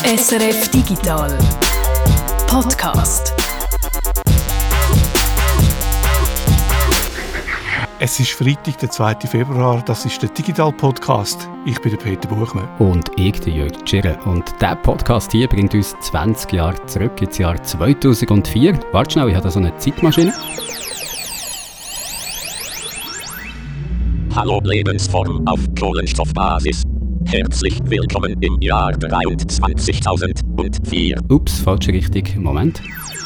SRF Digital Podcast. Es ist Freitag, der 2. Februar. Das ist der Digital Podcast. Ich bin der Peter Buchmann. Und ich, der Jörg Tschirren. Und dieser Podcast hier bringt uns 20 Jahre zurück ins Jahr 2004. Warte schnell, ich habe da so eine Zeitmaschine. Hallo Lebensform auf Kohlenstoffbasis. Herzlich willkommen im Jahr 23.004. Ups, falsche Richtung. Moment.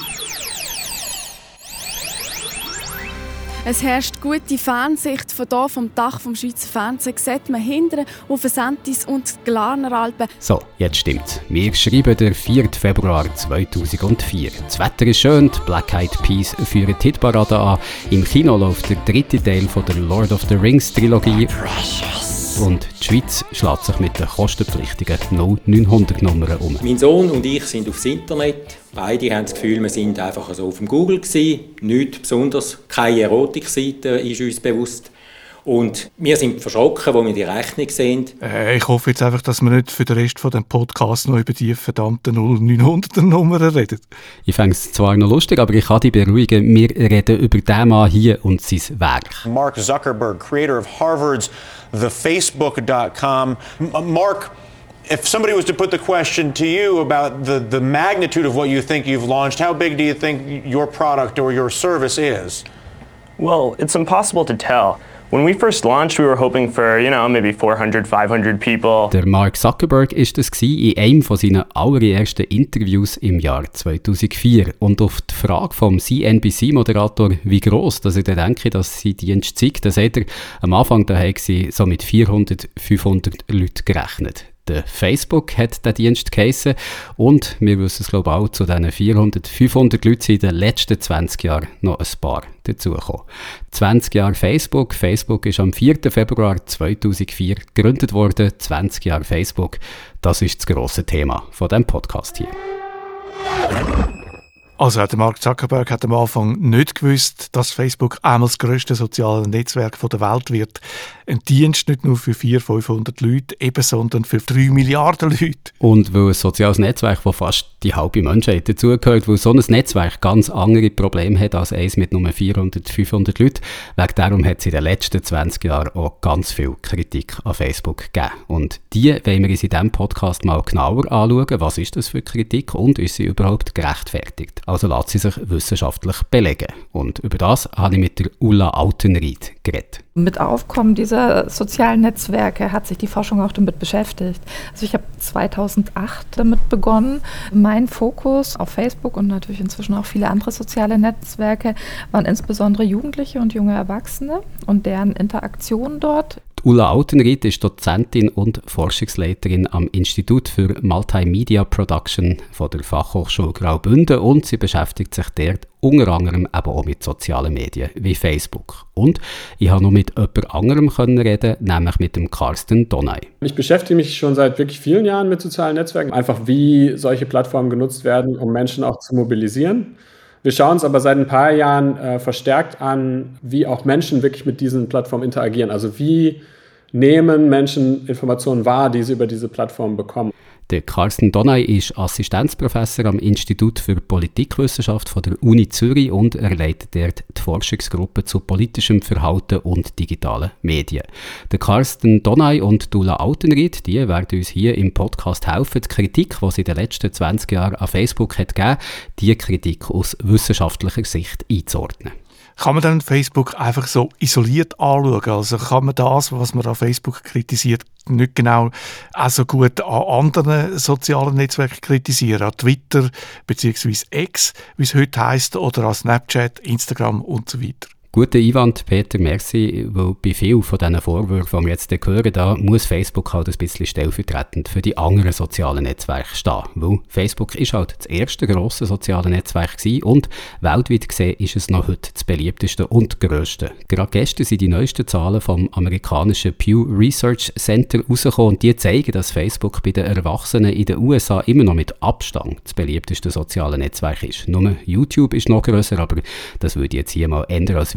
Es herrscht gute Fernsicht von hier vom Dach vom Schweizer Fernsehen. Sieht man hinten auf den Sentis und die Glarner Alpen. So, jetzt stimmt's. Wir schreiben den 4. Februar 2004. Das Wetter ist schön, die Black Eyed Peas führen die Hitparade an. Im Kino läuft der dritte Teil von der Lord of the Rings Trilogie. Und die Schweiz schlägt sich mit den kostenpflichtigen 0900-Nummern um. Mein Sohn und ich sind aufs Internet. Beide haben das Gefühl, wir sind einfach so auf dem Google gewesen. Nichts Besonderes, keine Erotikseite ist uns bewusst. Und wir sind verschrocken, als wir die Rechnung sehen. Ich hoffe jetzt einfach, dass wir nicht für den Rest von dem Podcast noch über die verdammten 0900er-Nummern reden. Ich fände es zwar noch lustig, aber ich kann dich beruhigen, wir reden über den Mann hier und sein Werk. Mark Zuckerberg, creator of Harvard's TheFacebook.com. Mark, if somebody was to put the question to you about the magnitude of what you think you've launched, how big do you think your product or your service is? Well, it's impossible to tell. When we first launched, we were hoping for, maybe 400, 500 people. Der Mark Zuckerberg war das in einem von seinen allerersten Interviews im Jahr 2004. Und auf die Frage vom CNBC-Moderator, wie gross dass er denke, dass sein Dienst sei, da sagt er, am Anfang da haben sie so mit 400, 500 Leuten gerechnet. Der Facebook hat den Dienst geheissen und wir wissen es glaube ich auch, zu diesen 400, 500 Leuten sind in den letzten 20 Jahren noch ein paar dazugekommen. 20 Jahre Facebook. Facebook ist am 4. Februar 2004 gegründet worden. 20 Jahre Facebook. Das ist das grosse Thema von diesem Podcast hier. Also der Mark Zuckerberg hat am Anfang nicht gewusst, dass Facebook einmal das grösste soziale Netzwerk der Welt wird. Ein Dienst nicht nur für 400-500 Leute, eben, sondern für 3 Milliarden Leute. Und weil ein soziales Netzwerk, das fast die halbe Menschheit dazugehört, weil so ein Netzwerk ganz andere Probleme hat als eins mit nur 400-500 Leuten, wegen darum hat es in den letzten 20 Jahren auch ganz viel Kritik an Facebook gegeben. Und die wollen wir uns in diesem Podcast mal genauer anschauen. Was ist das für Kritik und ist sie überhaupt gerechtfertigt? Also lässt sie sich wissenschaftlich belegen. Und über das habe ich mit der Ulla Autenried geredet. Mit Aufkommen dieser sozialen Netzwerke hat sich die Forschung auch damit beschäftigt. Also ich habe 2008 damit begonnen. Mein Fokus auf Facebook und natürlich inzwischen auch viele andere soziale Netzwerke waren insbesondere Jugendliche und junge Erwachsene und deren Interaktion dort. Ulla Autenried ist Dozentin und Forschungsleiterin am Institut für Multimedia Production von der Fachhochschule Graubünden und sie beschäftigt sich dort unter anderem eben auch mit sozialen Medien wie Facebook. Und ich habe noch mit jemand anderem reden, nämlich mit dem Carsten Donay. Ich beschäftige mich schon seit wirklich vielen Jahren mit sozialen Netzwerken, einfach wie solche Plattformen genutzt werden, um Menschen auch zu mobilisieren. Wir schauen uns aber seit ein paar Jahren verstärkt an, wie auch Menschen wirklich mit diesen Plattformen interagieren. Also wie nehmen Menschen Informationen wahr, die sie über diese Plattformen bekommen. Der Carsten Donay ist Assistenzprofessor am Institut für Politikwissenschaft von der Uni Zürich und er leitet dort die Forschungsgruppe zu politischem Verhalten und digitalen Medien. Der Carsten Donay und Ulla Autenried, die werden uns hier im Podcast helfen, die Kritik, die es in den letzten 20 Jahren an Facebook hat gegeben, die Kritik aus wissenschaftlicher Sicht einzuordnen. Kann man dann Facebook einfach so isoliert anschauen? Also kann man das, was man an Facebook kritisiert, nicht genau auch so gut an anderen sozialen Netzwerken kritisieren? An Twitter bzw. X, wie es heute heisst, oder an Snapchat, Instagram und so weiter? Guter Einwand, Peter, merci, weil bei vielen von diesen Vorwürfen, die wir jetzt hören, da muss Facebook halt ein bisschen stellvertretend für die anderen sozialen Netzwerke stehen. Weil Facebook ist halt das erste grosse soziale Netzwerk gewesen und weltweit gesehen ist es noch heute das beliebteste und grösste. Gerade gestern sind die neuesten Zahlen vom amerikanischen Pew Research Center rausgekommen und die zeigen, dass Facebook bei den Erwachsenen in den USA immer noch mit Abstand das beliebteste soziale Netzwerk ist. Nur YouTube ist noch grösser, aber das würde ich jetzt hier mal ändern als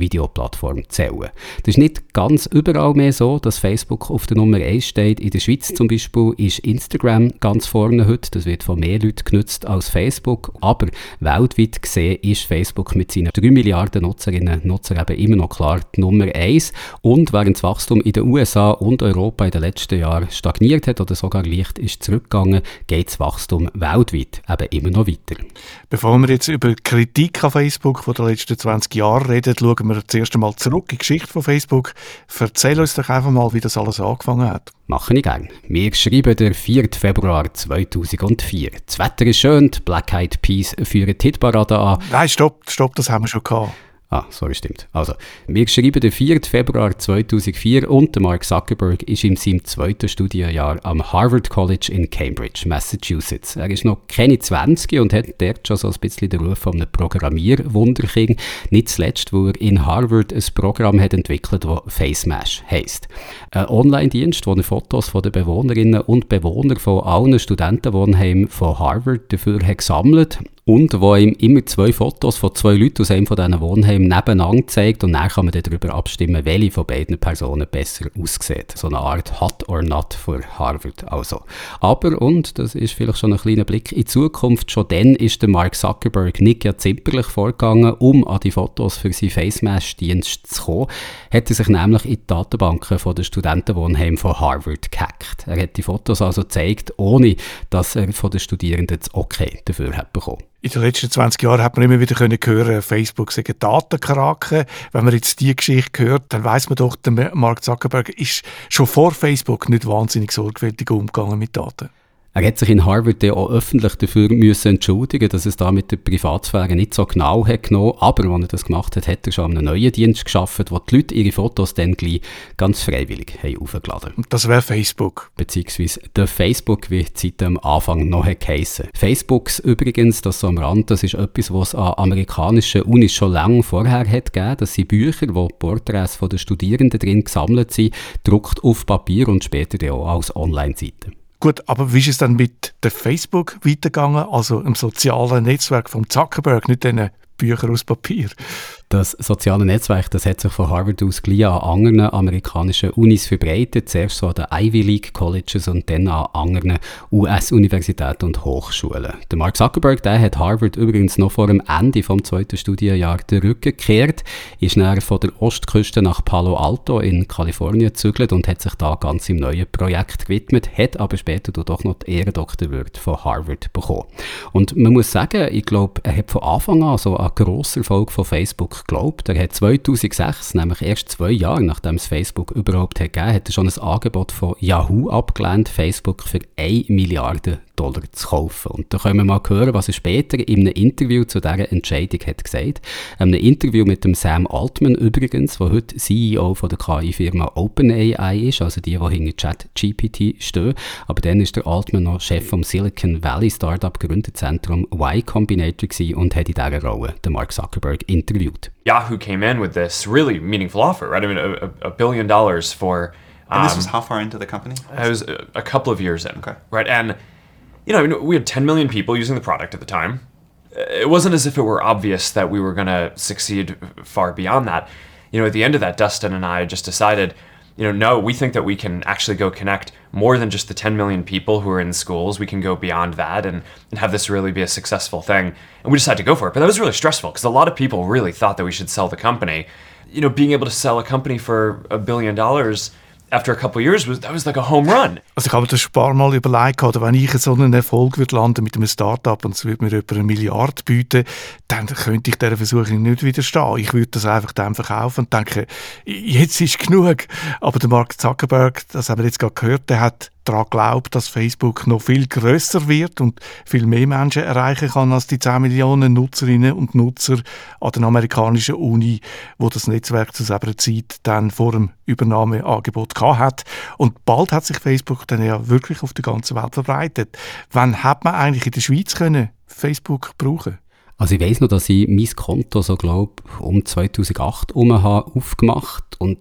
Videoplattform zählen. Das ist nicht ganz überall mehr so, dass Facebook auf der Nummer 1 steht. In der Schweiz zum Beispiel ist Instagram ganz vorne heute. Das wird von mehr Leuten genutzt als Facebook. Aber weltweit gesehen ist Facebook mit seinen 3 Milliarden Nutzerinnen und Nutzern eben immer noch klar die Nummer 1. Und während das Wachstum in den USA und Europa in den letzten Jahren stagniert hat oder sogar leicht ist zurückgegangen, geht das Wachstum weltweit eben immer noch weiter. Bevor wir jetzt über Kritik an Facebook von den letzten 20 Jahren reden, schauen wir zuerst einmal zurück in die Geschichte von Facebook. Erzähl uns doch einfach mal, wie das alles angefangen hat. Mache ich gerne. Wir schreiben den 4. Februar 2004. Das Wetter ist schön, die Black Eyed Peas führen die Hitparade an. Nein, stopp, das haben wir schon gehabt. Sorry, stimmt. Also, wir schreiben den 4. Februar 2004 und der Mark Zuckerberg ist in seinem 2. Studienjahr am Harvard College in Cambridge, Massachusetts. Er ist noch keine 20 und hat dort schon so ein bisschen den Ruf von einem Programmierwunderkind. Nicht zuletzt, weil er in Harvard ein Programm hat entwickelt, das FaceMash heisst. Ein Online-Dienst, wo er Fotos von den Bewohnerinnen und Bewohnern von allen Studentenwohnheimen von Harvard dafür hat gesammelt und wo ihm immer 2 Fotos von 2 Leuten aus einem von diesen Wohnheimen nebeneinander zeigt und dann kann man darüber abstimmen, welche von beiden Personen besser aussieht. So eine Art Hot or Not für Harvard also. Aber, und das ist vielleicht schon ein kleiner Blick in die Zukunft, schon dann ist der Mark Zuckerberg nicht ja zimperlich vorgegangen, um an die Fotos für seinen FaceMash-Dienst zu kommen, hat er sich nämlich in die Datenbanken von den Studentenwohnheimen von Harvard gehackt. Er hat die Fotos also gezeigt, ohne dass er von den Studierenden das Okay dafür hat bekommen. In den letzten 20 Jahren hat man immer wieder hören, Facebook sei Datenkrake. Wenn man jetzt diese Geschichte hört, dann weiss man doch, der Mark Zuckerberg ist schon vor Facebook nicht wahnsinnig sorgfältig umgegangen mit Daten. Er hat sich in Harvard auch öffentlich dafür müssen entschuldigen, dass es da mit der Privatsphäre nicht so genau hat genommen. Aber als er das gemacht hat, hat er schon einen neuen Dienst geschaffen, wo die Leute ihre Fotos dann gleich ganz freiwillig haben aufgeladen. Und das wäre Facebook? Beziehungsweise der Facebook, wie es seit am Anfang noch geheissen. Facebooks übrigens, das so am Rand, das ist etwas, was es an amerikanischen Unis schon lange vorher hat gegeben. Das sind Bücher, wo Porträts von den Studierenden drin gesammelt sind, gedruckt auf Papier und später auch als Online-Seite. Gut, aber wie ist es dann mit der Facebook weitergegangen, also im sozialen Netzwerk von Zuckerberg, nicht diesen Büchern aus Papier? Das soziale Netzwerk, das hat sich von Harvard aus gleich an anderen amerikanischen Unis verbreitet. Zuerst so an den Ivy League Colleges und dann an anderen US-Universitäten und Hochschulen. Der Mark Zuckerberg, der hat Harvard übrigens noch vor dem Ende vom 2. Studienjahr den Rücken gekehrt, ist dann von der Ostküste nach Palo Alto in Kalifornien gezügelt und hat sich da ganz im neuen Projekt gewidmet, hat aber später doch noch die Ehrendoktorwürde von Harvard bekommen. Und man muss sagen, ich glaube, er hat von Anfang an so einen grossen Erfolg von Facebook geglaubt. Er hat 2006, nämlich erst 2 Jahre nachdem es Facebook überhaupt hat gegeben, hat er schon ein Angebot von Yahoo abgelehnt, Facebook für $1 Milliarde zu kaufen. Und da können wir mal hören, was er später in einem Interview zu dieser Entscheidung hat gesagt. In einem Interview mit dem Sam Altman übrigens, der heute CEO von der KI-Firma OpenAI ist, also die hinter ChatGPT stehen. Aber dann ist der Altman noch Chef vom Silicon Valley Startup Gründerzentrum Y Combinator gewesen und hat in dieser Rolle den Mark Zuckerberg interviewt. Yahoo came in with this really meaningful offer, right? I mean, $1 billion for... and this was how far into the company? It was a couple of years in, okay. Right? And you know, we had 10 million people using the product at the time. It wasn't as if it were obvious that we were going to succeed far beyond that. You know, at the end of that, Dustin and I just decided, no, we think that we can actually go connect more than just the 10 million people who are in schools. We can go beyond that and have this really be a successful thing. And we decided to go for it. But that was really stressful because a lot of people really thought that we should sell the company. Being able to sell a company for $1 billion after a couple of years, that was like a home run. Also ich habe mir das ein paar Mal überlegt, oder wenn ich so einen Erfolg würde landen mit einem Start-up und es würde mir etwa 1 Milliarde bieten, dann könnte ich dieser Versuchung nicht widerstehen. Ich würde das einfach dann verkaufen und denken, jetzt ist genug. Aber der Mark Zuckerberg, das haben wir jetzt gerade gehört, der hat daran geglaubt, dass Facebook noch viel grösser wird und viel mehr Menschen erreichen kann als die 10 Millionen Nutzerinnen und Nutzer an der amerikanischen Uni, wo das Netzwerk zu selber Zeit dann vor dem Übernahmeangebot gehabt hat. Und bald hat sich Facebook dann ja wirklich auf der ganzen Welt verbreitet. Wann hat man eigentlich in der Schweiz können Facebook brauchen? Also ich weiss noch, dass ich mein Konto so glaube um 2008 aufgemacht und ich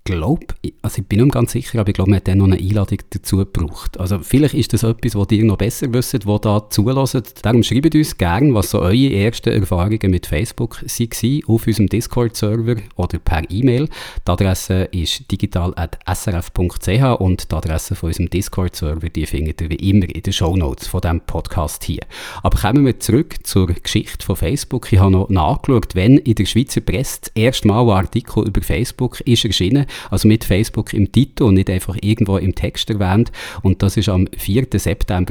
glaube, also ich bin nicht ganz sicher, aber ich glaube, man hat dann noch eine Einladung dazu gebraucht. Also vielleicht ist das etwas, was ihr noch besser wisst, die da zulassen. Darum schreibt uns gerne, was so eure ersten Erfahrungen mit Facebook waren, auf unserem Discord-Server oder per E-Mail. Die Adresse ist digital@srf.ch und die Adresse von unserem Discord-Server, die findet ihr wie immer in den Shownotes von diesem Podcast hier. Aber kommen wir zurück zur Geschichte von Facebook. Ich habe noch nachgeschaut, wenn in der Schweizer Presse das erste Mal ein Artikel über Facebook ist erschienen, also mit Facebook im Titel und nicht einfach irgendwo im Text erwähnt. Und das war am 4. September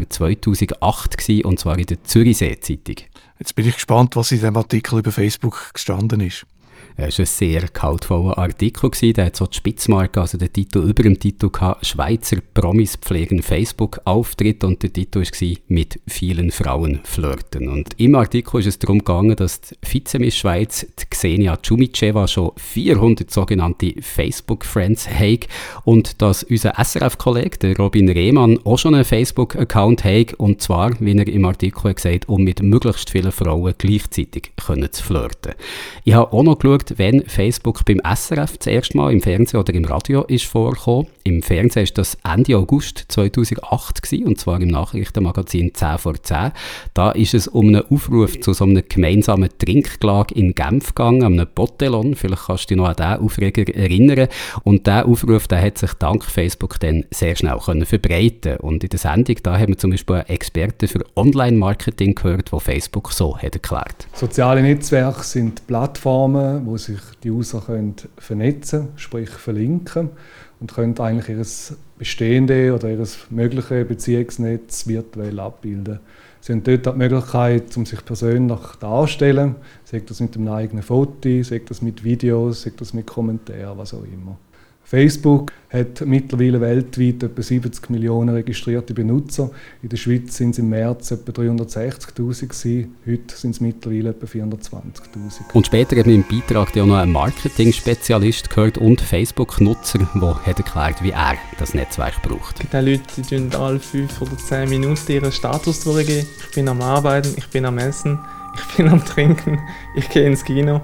2008 gewesen, und zwar in der Zürichsee-Zeitung. Jetzt bin ich gespannt, was in diesem Artikel über Facebook gestanden ist. Es war ein sehr gehaltvoller Artikel. Der hat so die Spitzmarke, also den Titel über dem Titel gehabt, «Schweizer Promis pflegen Facebook-Auftritt», und der Titel war «Mit vielen Frauen flirten». Und im Artikel ist es darum gegangen, dass die Vizemiss Schweiz, die Xenia Džumičeva, schon 400 sogenannte Facebook-Friends hat und dass unser SRF-Kollege, der Robin Rehmann, auch schon einen Facebook-Account hat, und zwar, wie er im Artikel gesagt hat, um mit möglichst vielen Frauen gleichzeitig zu flirten. Ich habe auch noch geschaut, wenn Facebook beim SRF das erste Mal im Fernsehen oder im Radio ist vorgekommen. Im Fernsehen war das Ende August 2008 gewesen, und zwar im Nachrichtenmagazin 10 vor 10. Da ist es um einen Aufruf zu so einem gemeinsamen Trinkgelag in Genf gegangen, an einem Botellon. Vielleicht kannst du dich noch an diesen Aufreger erinnern. Und dieser Aufruf, der hat sich dank Facebook dann sehr schnell verbreiten. Und in der Sendung da haben wir zum Beispiel einen Experten für Online-Marketing gehört, der Facebook so hat erklärt. Soziale Netzwerke sind Plattformen, wo sich die User vernetzen können, sprich verlinken, und können eigentlich ihr bestehende oder ihr mögliches Beziehungsnetz virtuell abbilden. Sie haben dort die Möglichkeit, um sich persönlich darzustellen, sei das mit einem eigenen Foto, sei das mit Videos, sei das mit Kommentaren, was auch immer. Facebook hat mittlerweile weltweit etwa 70 Millionen registrierte Benutzer. In der Schweiz sind es im März etwa 360'000 gewesen. Heute sind es mittlerweile etwa 420'000. Und später haben wir im Beitrag auch noch einen Marketing-Spezialist gehört und Facebook-Nutzer, der hat erklärt, wie er das Netzwerk braucht. Die Leute, die tun alle 5 oder 10 Minuten ihren Status durchgehen. Ich bin am Arbeiten, ich bin am Essen, ich bin am Trinken, ich gehe ins Kino.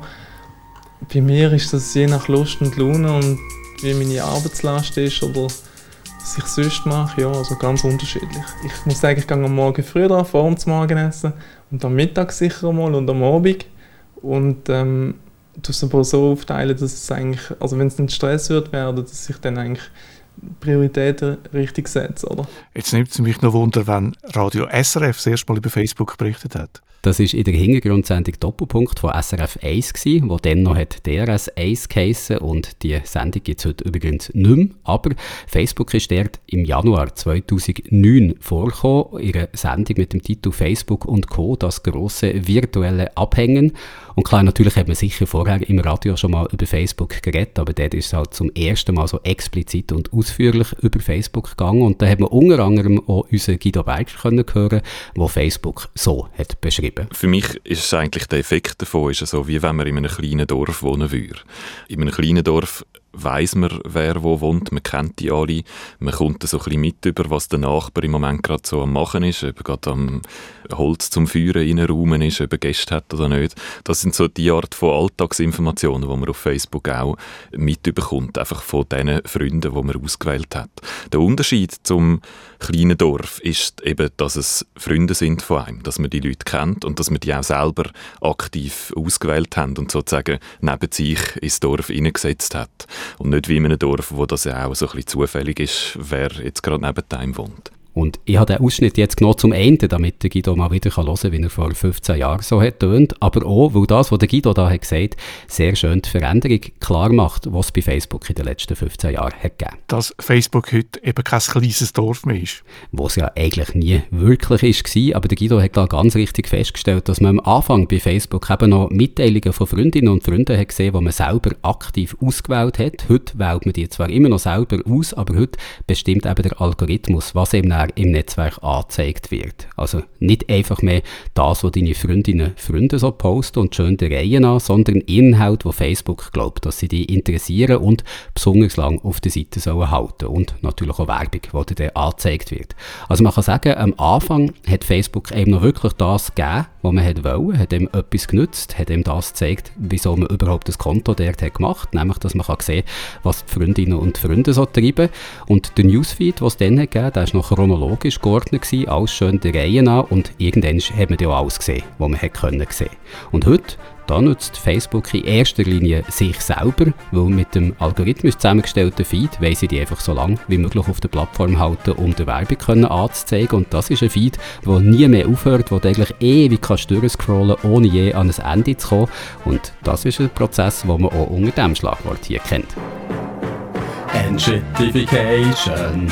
Bei mir ist das je nach Lust und Laune und wie meine Arbeitslast ist oder was ich sonst mache, ja, also ganz unterschiedlich. Ich muss sagen, ich gehe am Morgen früh dran, vor dem Morgenessen und am Mittag sicher mal und am Abend. Und das aber so aufteilen, dass es eigentlich, also wenn es dann Stress wird werden, dass ich dann eigentlich Prioritäten richtig setze, oder? Jetzt nimmt es mich noch Wunder, wenn Radio SRF das erste Mal über Facebook berichtet hat. Das war in der Hintergrundsendung Doppelpunkt von SRF 1, wo dann noch DRS 1 geheissen, und die Sendung gibt es heute übrigens nicht mehr. Aber Facebook ist dort im Januar 2009 vorgekommen, ihre Sendung mit dem Titel «Facebook und Co. Das grosse virtuelle Abhängen». Und klar, natürlich hat man sicher vorher im Radio schon mal über Facebook geredet, aber dort ist es halt zum ersten Mal so explizit und ausführlich über Facebook gegangen. Und da hat man unter anderem auch unseren Guido Berger hören, der Facebook so hat beschrieben. Für mich ist eigentlich der Effekt davon ist so, wie wenn man in einem kleinen Dorf wohnen würde. In einem kleinen Dorf weiss man, wer wo wohnt, man kennt die alle, man kommt so ein bisschen mit über, was der Nachbar im Moment gerade so am Machen ist, ob er gerade am Holz zum Feuern reinraumen ist, ob er Gäste hat oder nicht. Das sind so die Art von Alltagsinformationen, die man auf Facebook auch mitbekommt, einfach von den Freunden, die man ausgewählt hat. Der Unterschied zum kleinen Dorf ist eben, dass es Freunde sind von einem, dass man die Leute kennt und dass man die auch selber aktiv ausgewählt haben und sozusagen neben sich ins Dorf hineingesetzt hat. Und nicht wie in einem Dorf, wo das ja auch so ein bisschen zufällig ist, wer jetzt gerade neben einem wohnt. Und ich habe den Ausschnitt jetzt genommen zum Ende, damit der Guido mal wieder hören kann, wie er vor 15 Jahren so hat tönt. Aber auch, weil das, was der Guido da hat gesagt, sehr schön die Veränderung klar macht, was es bei Facebook in den letzten 15 Jahren hat gegeben. Dass Facebook heute eben kein kleines Dorf mehr ist. Wo es ja eigentlich nie wirklich war. Aber der Guido hat da ganz richtig festgestellt, dass man am Anfang bei Facebook eben noch Mitteilungen von Freundinnen und Freunden hat gesehen, die man selber aktiv ausgewählt hat. Heute wählt man die zwar immer noch selber aus, aber heute bestimmt eben der Algorithmus, was eben wer im Netzwerk angezeigt wird. Also nicht einfach mehr das, was deine Freundinnen und Freunde so posten und schön der Reihe an, sondern Inhalte, wo Facebook glaubt, dass sie dich interessieren und besonders lang auf der Seite sollen halten. Und natürlich auch Werbung, die dir angezeigt wird. Also man kann sagen, am Anfang hat Facebook eben noch wirklich das gegeben, was man wollte, hat ihm etwas genützt, hat ihm das gezeigt, wieso man überhaupt das Konto dort hat gemacht, nämlich, dass man sehen kann, was die Freundinnen und Freunde so treiben. Und der Newsfeed, den es dann gegeben, der war noch chronologisch geordnet, alles schön der Reihe an und irgendwann hat man ja auch alles gesehen, was man sehen konnte. Und heute, da nutzt Facebook in erster Linie sich selber, weil mit dem algorithmisch zusammengestellten Feed wollen sie die einfach so lange wie möglich auf der Plattform halten, um die Werbung anzuzeigen. Und das ist ein Feed, der nie mehr aufhört, wo du eigentlich ewig durchscrollen kannst, ohne je an ein Ende zu kommen. Und das ist ein Prozess, den man auch unter diesem Schlagwort hier kennt. Enshittification.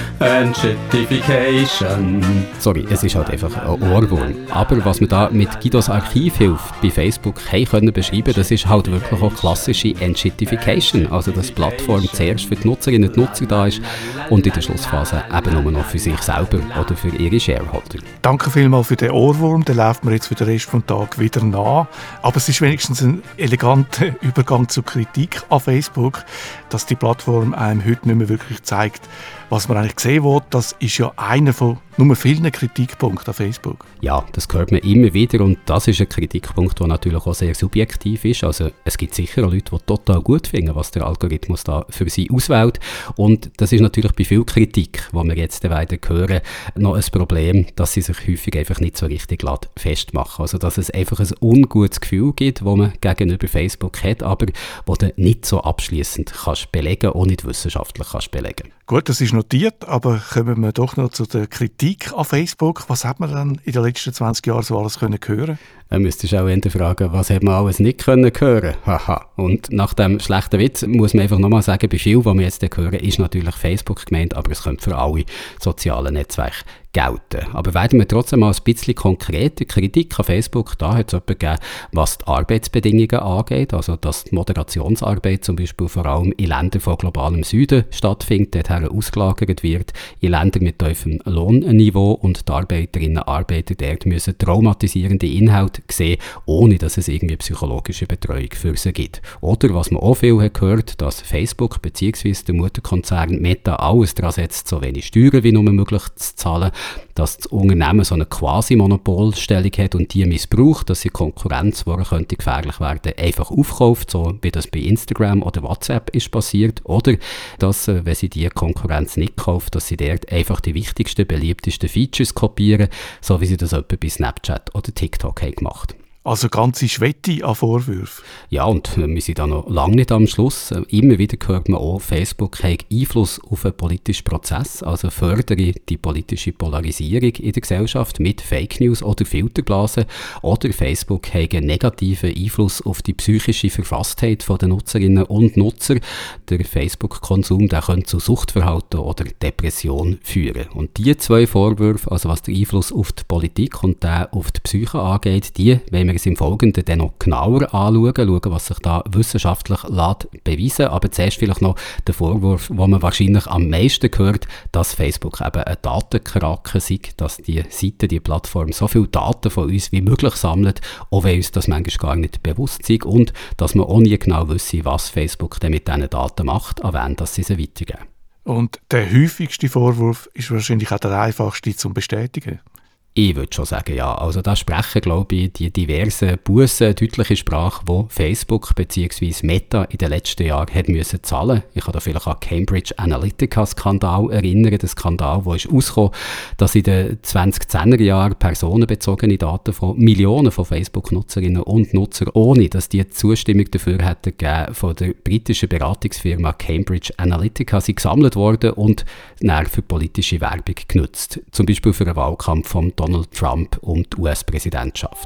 Sorry, es ist halt einfach ein Ohrwurm. Aber was wir da mit Guidos Archivhilfe bei Facebook können beschreiben, das ist halt wirklich auch klassische Enshittification. Also dass die Plattform zuerst für die Nutzerinnen und Nutzer da ist und in der Schlussphase eben nur noch für sich selber oder für ihre Shareholder. Danke vielmals für den Ohrwurm, der läuft mir jetzt für den Rest des Tages wieder nach. Aber es ist wenigstens ein eleganter Übergang zur Kritik an Facebook, dass die Plattform einem heute nicht mehr wirklich zeigt, was man eigentlich sehen will. Das ist ja einer von nur vielen Kritikpunkten an Facebook. Ja, das hört man immer wieder und das ist ein Kritikpunkt, der natürlich auch sehr subjektiv ist. Also es gibt sicher auch Leute, die total gut finden, was der Algorithmus da für sie auswählt. Und das ist natürlich bei viel Kritik, die wir jetzt weiter hören, noch ein Problem, dass sie sich häufig einfach nicht so richtig festmachen. Also dass es einfach ein ungutes Gefühl gibt, das man gegenüber Facebook hat, aber das du nicht so abschliessend kannst belegen und nicht wissenschaftlich kannst belegen. Gut, das ist notiert, aber kommen wir doch noch zu der Kritik an Facebook. Was hat man dann in den letzten 20 Jahren so alles hören können? Dann müsstest du auch eher fragen, was hat man alles nicht hören können? Haha. Und nach dem schlechten Witz muss man einfach nochmal sagen, bei viel, was wir jetzt hören, ist natürlich Facebook gemeint, aber es könnte für alle sozialen Netzwerke gelten. Aber werden wir trotzdem mal ein bisschen konkrete Kritik an Facebook, da hat es jemanden gegeben, was die Arbeitsbedingungen angeht, also dass die Moderationsarbeit zum Beispiel vor allem in Ländern von globalem Süden stattfindet, dorthin ausgelagert wird, in Ländern mit tiefem Lohnniveau und die Arbeiterinnen und Arbeiter dort müssen traumatisierende Inhalte sehen, ohne dass es irgendwie psychologische Betreuung für sie gibt. Oder was man auch viel hat gehört, dass Facebook bzw. der Mutterkonzern Meta alles daran setzt, so wenig Steuern wie nur möglich zu zahlen, dass das Unternehmen so eine Quasi-Monopolstellung hat und die missbraucht, dass die Konkurrenz, die könnte gefährlich werden, einfach aufkauft, so wie das bei Instagram oder WhatsApp ist passiert. Oder dass, wenn sie die Konkurrenz nicht kauft, dass sie dort einfach die wichtigsten, beliebtesten Features kopieren, so wie sie das etwa bei Snapchat oder TikTok haben gemacht. Also ganze Schwette an Vorwürfen. Ja, und wir sind da noch lange nicht am Schluss. Immer wieder hört man auch, Facebook hat Einfluss auf einen politischen Prozess, also fördere die politische Polarisierung in der Gesellschaft mit Fake News oder Filterblasen. Oder Facebook hat einen negativen Einfluss auf die psychische Verfasstheit der Nutzerinnen und Nutzer. Der Facebook-Konsum könnte zu Suchtverhalten oder Depression führen. Und diese zwei Vorwürfe, also was der Einfluss auf die Politik und der auf die Psyche angeht, die wollen wir es im Folgenden dann noch genauer anschauen, was sich da wissenschaftlich beweisen lässt. Aber zuerst vielleicht noch der Vorwurf, wo man wahrscheinlich am meisten hört, dass Facebook eben ein Datenkrake sei, dass die Seite, die Plattform so viele Daten von uns wie möglich sammelt, auch wenn uns das manchmal gar nicht bewusst ist und dass man auch nie genau wisse, was Facebook denn mit diesen Daten macht, an wen dass sie sie weitergeben. Und der häufigste Vorwurf ist wahrscheinlich auch der einfachste zum Bestätigen. Ich würde schon sagen, ja. Also da sprechen, glaube ich, die diversen Bussen deutliche Sprache, die Facebook bzw. Meta in den letzten Jahren hat müssen zahlen. Ich kann da vielleicht an Cambridge Analytica-Skandal erinnern, der Skandal, wo ist rausgekommen, dass in den 2010er Jahren personenbezogene Daten von Millionen von Facebook-Nutzerinnen und Nutzern, ohne dass die Zustimmung dafür hätten gegeben, von der britischen Beratungsfirma Cambridge Analytica sind gesammelt worden und dann für politische Werbung genutzt. Zum Beispiel für einen Wahlkampf von Donald Trump und die US-Präsidentschaft.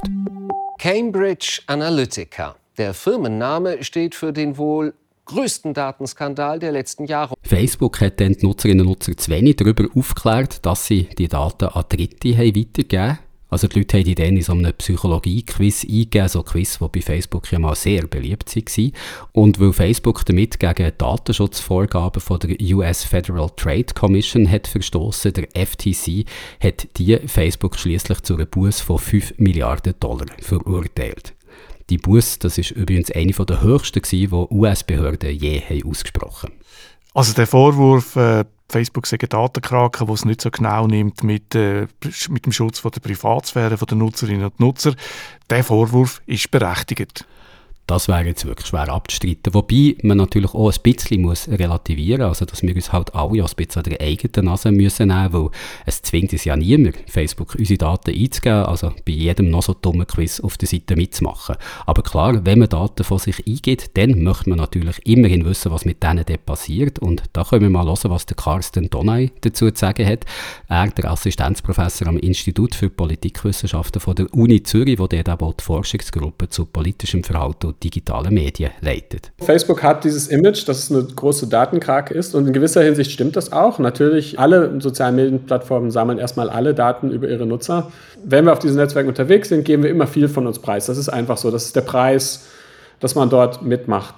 Cambridge Analytica. Der Firmenname steht für den wohl größten Datenskandal der letzten Jahre. Facebook hat dann die Nutzerinnen und Nutzer zu wenig darüber aufgeklärt, dass sie die Daten an Dritte weitergegeben haben. Also die Leute haben dann in so einem Psychologie-Quiz eingegeben, so ein Quiz, das bei Facebook ja mal sehr beliebt war. Und weil Facebook damit gegen Datenschutzvorgaben von der US Federal Trade Commission hat verstoßen, der FTC, hat die Facebook schließlich zu einer Busse von $5 Milliarden verurteilt. Die Busse, das ist übrigens eine der höchsten, die US-Behörden je ausgesprochen haben. Also der Vorwurf, Facebook sei ein Datenkraken, der es nicht so genau nimmt mit dem Schutz von der Privatsphäre der Nutzerinnen und Nutzer, der Vorwurf ist berechtigt. Das wäre jetzt wirklich schwer abzustreiten. Wobei man natürlich auch ein bisschen muss relativieren muss, also dass wir uns halt alle auch ein bisschen an der eigenen Nase müssen nehmen, weil es zwingt uns ja niemand, Facebook unsere Daten einzugeben, also bei jedem noch so dummen Quiz auf der Seite mitzumachen. Aber klar, wenn man Daten von sich eingibt, dann möchte man natürlich immerhin wissen, was mit denen dort passiert. Und da können wir mal hören, was der Carsten Donay dazu zu sagen hat. Er, der Assistenzprofessor am Institut für Politikwissenschaften von der Uni Zürich, wo dort auch die Forschungsgruppe zu politischem Verhalten und digitalen Medien leitet. Facebook hat dieses Image, dass es eine große Datenkrake ist, und in gewisser Hinsicht stimmt das auch. Natürlich, alle sozialen Medienplattformen sammeln erstmal alle Daten über ihre Nutzer. Wenn wir auf diesen Netzwerken unterwegs sind, geben wir immer viel von uns preis. Das ist einfach so. Das ist der Preis, dass man dort mitmacht.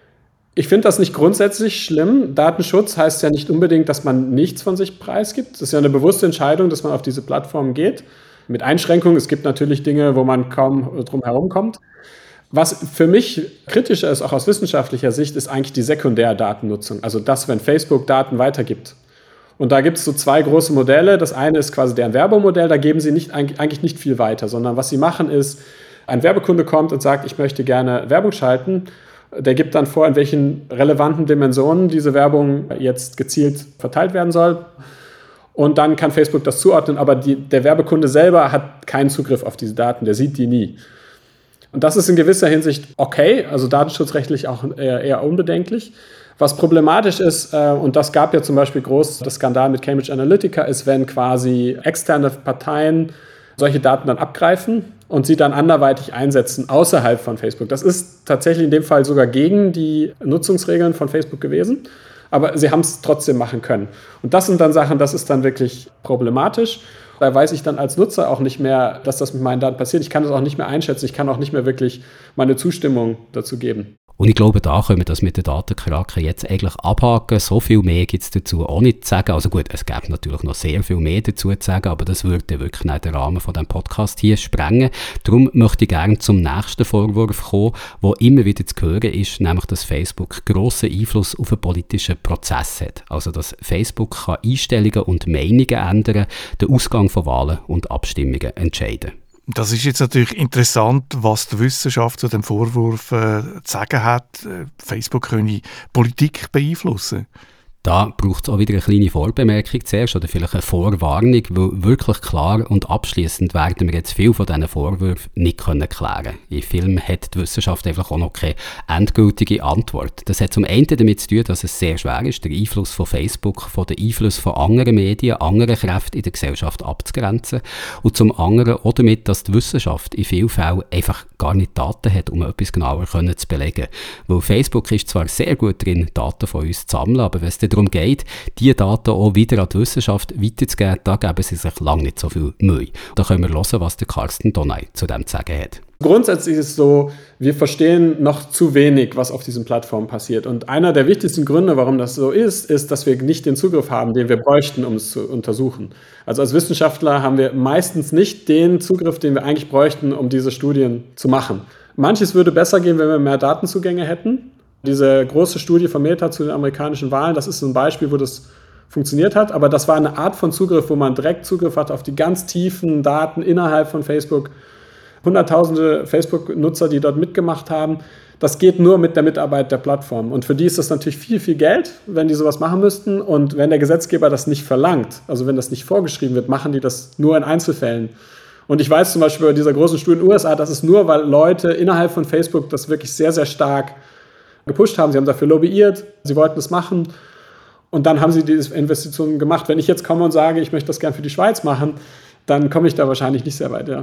Ich finde das nicht grundsätzlich schlimm. Datenschutz heißt ja nicht unbedingt, dass man nichts von sich preisgibt. Das ist ja eine bewusste Entscheidung, dass man auf diese Plattformen geht. Mit Einschränkungen. Es gibt natürlich Dinge, wo man kaum drum herum kommt. Was für mich kritischer ist, auch aus wissenschaftlicher Sicht, ist eigentlich die Sekundärdatennutzung. Also das, wenn Facebook Daten weitergibt. Und da gibt es so zwei große Modelle. Das eine ist quasi deren Werbemodell. Da geben sie eigentlich nicht viel weiter, sondern was sie machen ist, ein Werbekunde kommt und sagt, ich möchte gerne Werbung schalten. Der gibt dann vor, in welchen relevanten Dimensionen diese Werbung jetzt gezielt verteilt werden soll. Und dann kann Facebook das zuordnen, aber der Werbekunde selber hat keinen Zugriff auf diese Daten, der sieht die nie. Und das ist in gewisser Hinsicht okay, also datenschutzrechtlich auch eher unbedenklich. Was problematisch ist, und das gab ja zum Beispiel groß das Skandal mit Cambridge Analytica, ist, wenn quasi externe Parteien solche Daten dann abgreifen und sie dann anderweitig einsetzen außerhalb von Facebook. Das ist tatsächlich in dem Fall sogar gegen die Nutzungsregeln von Facebook gewesen, aber sie haben es trotzdem machen können. Und das sind dann Sachen, das ist dann wirklich problematisch. Da weiß ich dann als Nutzer auch nicht mehr, dass das mit meinen Daten passiert. Ich kann das auch nicht mehr einschätzen. Ich kann auch nicht mehr wirklich meine Zustimmung dazu geben. Und ich glaube, da können wir das mit den Datenkraken jetzt eigentlich abhaken. So viel mehr gibt es dazu auch nicht zu sagen. Also gut, es gäbe natürlich noch sehr viel mehr dazu zu sagen, aber das würde wirklich nicht den Rahmen von diesem Podcast hier sprengen. Darum möchte ich gerne zum nächsten Vorwurf kommen, der immer wieder zu hören ist, nämlich, dass Facebook grossen Einfluss auf den politischen Prozess hat. Also, dass Facebook kann Einstellungen und Meinungen ändern, den Ausgang von Wahlen und Abstimmungen entscheiden. Das ist jetzt natürlich interessant, was die Wissenschaft zu dem Vorwurf zu sagen hat, Facebook könne Politik beeinflussen. Da braucht es auch wieder eine kleine Vorbemerkung zuerst oder vielleicht eine Vorwarnung, weil wirklich klar und abschließend werden wir jetzt viel von diesen Vorwürfen nicht klären können. In Filmen hat die Wissenschaft einfach auch noch keine endgültige Antwort. Das hat zum einen damit zu tun, dass es sehr schwer ist, den Einfluss von Facebook von den Einfluss von anderen Medien, anderen Kräften in der Gesellschaft abzugrenzen, und zum anderen auch damit, dass die Wissenschaft in vielen Fällen einfach gar nicht Daten hat, um etwas genauer zu belegen. Weil Facebook ist zwar sehr gut drin, Daten von uns zu sammeln, aber wenn es darum geht, diese Daten auch wieder an die Wissenschaft weiterzugeben, da geben sie sich lange nicht so viel Mühe. Da können wir hören, was der Carsten Donay zu dem zu sagen hat. Grundsätzlich ist es so, wir verstehen noch zu wenig, was auf diesen Plattformen passiert. Und einer der wichtigsten Gründe, warum das so ist, dass wir nicht den Zugriff haben, den wir bräuchten, um es zu untersuchen. Also als Wissenschaftler haben wir meistens nicht den Zugriff, den wir eigentlich bräuchten, um diese Studien zu machen. Manches würde besser gehen, wenn wir mehr Datenzugänge hätten. Diese große Studie von Meta zu den amerikanischen Wahlen, das ist so ein Beispiel, wo das funktioniert hat. Aber das war eine Art von Zugriff, wo man direkt Zugriff hat auf die ganz tiefen Daten innerhalb von Facebook. Hunderttausende Facebook-Nutzer, die dort mitgemacht haben. Das geht nur mit der Mitarbeit der Plattform. Und für die ist das natürlich viel, viel Geld, wenn die sowas machen müssten. Und wenn der Gesetzgeber das nicht verlangt, also wenn das nicht vorgeschrieben wird, machen die das nur in Einzelfällen. Und ich weiß zum Beispiel bei dieser großen Studie in den USA, das ist nur, weil Leute innerhalb von Facebook das wirklich sehr, sehr stark gepusht haben. Sie haben dafür lobbyiert, sie wollten es machen. Und dann haben sie diese Investitionen gemacht. Wenn ich jetzt komme und sage, ich möchte das gern für die Schweiz machen, dann komme ich da wahrscheinlich nicht sehr weit, ja.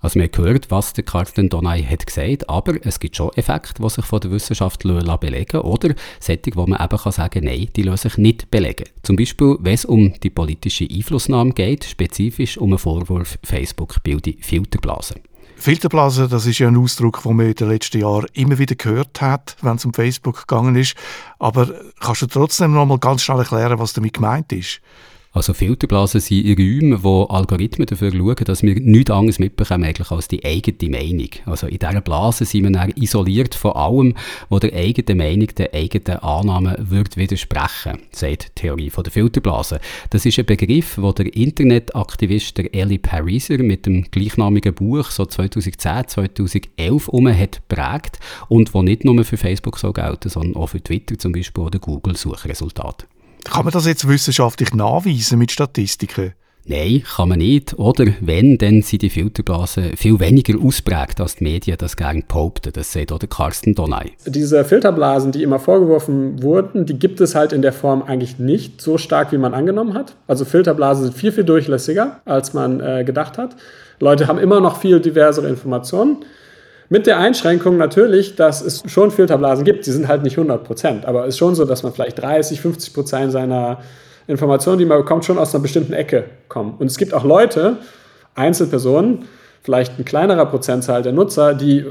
Also wir haben gehört, was der Carsten Donay hat gesagt, aber es gibt schon Effekte, die sich von der Wissenschaft belegen lassen, oder solche, wo man eben sagen kann, nein, die lassen sich nicht belegen. Zum Beispiel, wenn es um die politische Einflussnahme geht, spezifisch um einen Vorwurf, Facebook bilde Filterblasen. Filterblasen, das ist ja ein Ausdruck, den man in den letzten Jahren immer wieder gehört hat, wenn es um Facebook gegangen ist. Aber kannst du trotzdem noch mal ganz schnell erklären, was damit gemeint ist? Also Filterblasen sind Räume, wo Algorithmen dafür schauen, dass wir nichts anderes mitbekommen eigentlich als die eigene Meinung. Also in dieser Blase sind wir dann isoliert von allem, was der eigenen Meinung, der eigenen Annahmen wird widersprechen, sagt die Theorie der Filterblase. Das ist ein Begriff, den der Internetaktivist der Eli Pariser mit dem gleichnamigen Buch so 2010, 2011 hat geprägt und wo nicht nur für Facebook so gelten, sondern auch für Twitter zum Beispiel oder Google-Suchresultate. Kann man das jetzt wissenschaftlich nachweisen mit Statistiken? Nein, kann man nicht. Oder wenn, dann sind die Filterblasen viel weniger ausprägt, als die Medien das gerne behaupten. Das sagt auch der Carsten Donay. Diese Filterblasen, die immer vorgeworfen wurden, die gibt es halt in der Form eigentlich nicht so stark, wie man angenommen hat. Also Filterblasen sind viel, viel durchlässiger, als man gedacht hat. Leute haben immer noch viel diversere Informationen. Mit der Einschränkung natürlich, dass es schon Filterblasen gibt. Die sind halt nicht 100%, aber es ist schon so, dass man vielleicht 30-50% seiner Informationen, die man bekommt, schon aus einer bestimmten Ecke kommen. Und es gibt auch Leute, Einzelpersonen, vielleicht ein kleinerer Prozentzahl der Nutzer, die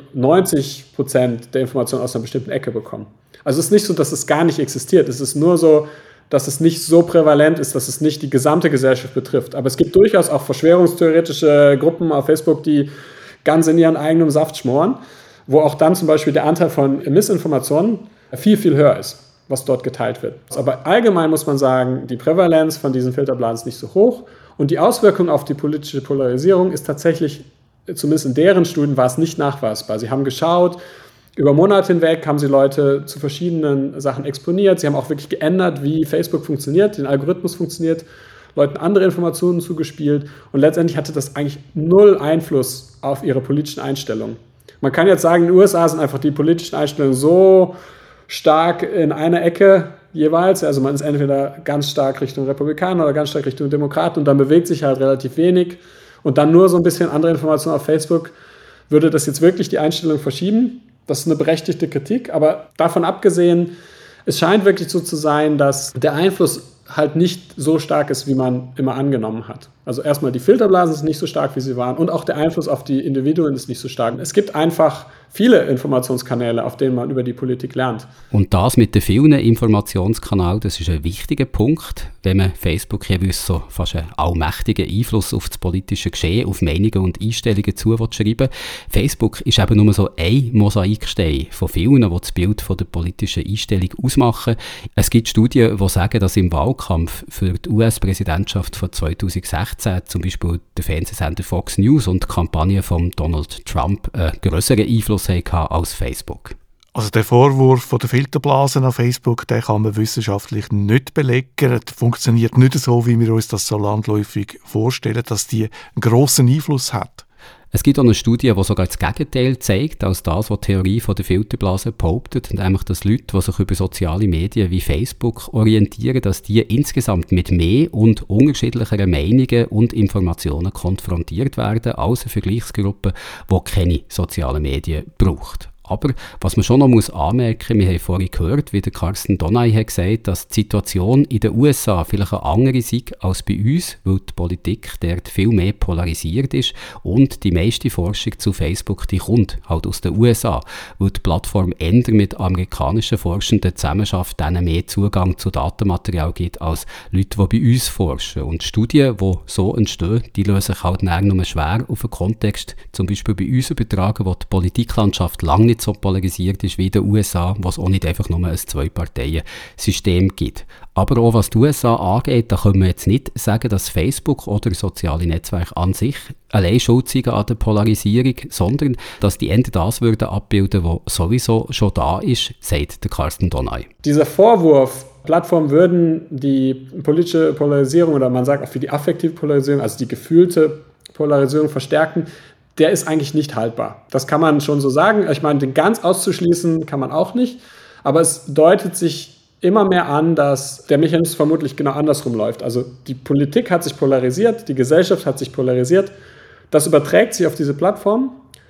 90% der Informationen aus einer bestimmten Ecke bekommen. Also es ist nicht so, dass es gar nicht existiert. Es ist nur so, dass es nicht so prävalent ist, dass es nicht die gesamte Gesellschaft betrifft. Aber es gibt durchaus auch verschwörungstheoretische Gruppen auf Facebook, die ganz in ihren eigenen Saft schmoren, wo auch dann zum Beispiel der Anteil von Missinformationen viel, viel höher ist, was dort geteilt wird. Aber allgemein muss man sagen, die Prävalenz von diesen Filterblasen ist nicht so hoch und die Auswirkung auf die politische Polarisierung ist tatsächlich, zumindest in deren Studien, war es nicht nachweisbar. Sie haben geschaut, über Monate hinweg haben sie Leute zu verschiedenen Sachen exponiert, sie haben auch wirklich geändert, wie Facebook funktioniert, den Algorithmus funktioniert, Leuten andere Informationen zugespielt und letztendlich hatte das eigentlich null Einfluss auf ihre politischen Einstellungen. Man kann jetzt sagen, in den USA sind einfach die politischen Einstellungen so stark in einer Ecke jeweils, also man ist entweder ganz stark Richtung Republikaner oder ganz stark Richtung Demokraten und dann bewegt sich halt relativ wenig und dann nur so ein bisschen andere Informationen auf Facebook, würde das jetzt wirklich die Einstellung verschieben. Das ist eine berechtigte Kritik, aber davon abgesehen, es scheint wirklich so zu sein, dass der Einfluss halt nicht so stark ist, wie man immer angenommen hat. Also erstmal die Filterblasen sind nicht so stark, wie sie waren und auch der Einfluss auf die Individuen ist nicht so stark. Es gibt einfach viele Informationskanäle, auf denen man über die Politik lernt. Und das mit den vielen Informationskanälen, das ist ein wichtiger Punkt, wenn man Facebook hier so fast einen allmächtigen Einfluss auf das politische Geschehen, auf Meinungen und Einstellungen schreiben. Facebook ist eben nur so ein Mosaikstein von vielen, die das Bild von der politischen Einstellung ausmachen. Es gibt Studien, die sagen, dass im Wahlkampf für die US-Präsidentschaft von 2016 zum Beispiel der Fernsehsender Fox News und die Kampagne von Donald Trump einen grösseren Einfluss hatten als Facebook. Also der Vorwurf von der Filterblasen auf Facebook, den kann man wissenschaftlich nicht belegen. Das funktioniert nicht so, wie wir uns das so landläufig vorstellen, dass die einen grossen Einfluss hat. Es gibt auch eine Studie, die sogar das Gegenteil zeigt, als das, was die Theorie von der Filterblase behauptet. Und nämlich, dass Leute, die sich über soziale Medien wie Facebook orientieren, dass die insgesamt mit mehr und unterschiedlicheren Meinungen und Informationen konfrontiert werden als eine Vergleichsgruppe, die keine sozialen Medien braucht. Aber was man schon noch anmerken muss, wir haben vorhin gehört, wie der Carsten Donay hat gesagt, dass die Situation in den USA vielleicht eine andere sei als bei uns, weil die Politik dort viel mehr polarisiert ist und die meiste Forschung zu Facebook, die kommt halt aus den USA, weil die Plattform eher mit amerikanischen Forschenden zusammenarbeitet, denen mehr Zugang zu Datenmaterial gibt als Leute, die bei uns forschen. Und Studien, die so entstehen, die lassen sich halt nur schwer auf einen Kontext, zum Beispiel bei uns übertragen, wo die Politiklandschaft lange nicht so polarisiert ist wie in den USA, wo es auch nicht einfach nur ein Zwei-Parteien-System gibt. Aber auch was die USA angeht, da können wir jetzt nicht sagen, dass Facebook oder soziale Netzwerke an sich allein schuld sind an der Polarisierung, sondern dass die Ende das würden abbilden, was sowieso schon da ist, sagt der Carsten Donay. Dieser Vorwurf, Plattformen würden die politische Polarisierung oder man sagt auch für die affektive Polarisierung, also die gefühlte Polarisierung verstärken, der ist eigentlich nicht haltbar. Das kann man schon so sagen. Ich meine, den ganz auszuschließen kann man auch nicht. Aber es deutet sich immer mehr an, dass der Mechanismus vermutlich genau andersrum läuft. Also die Politik hat sich polarisiert, die Gesellschaft hat sich polarisiert. Das überträgt sich auf diese Plattform.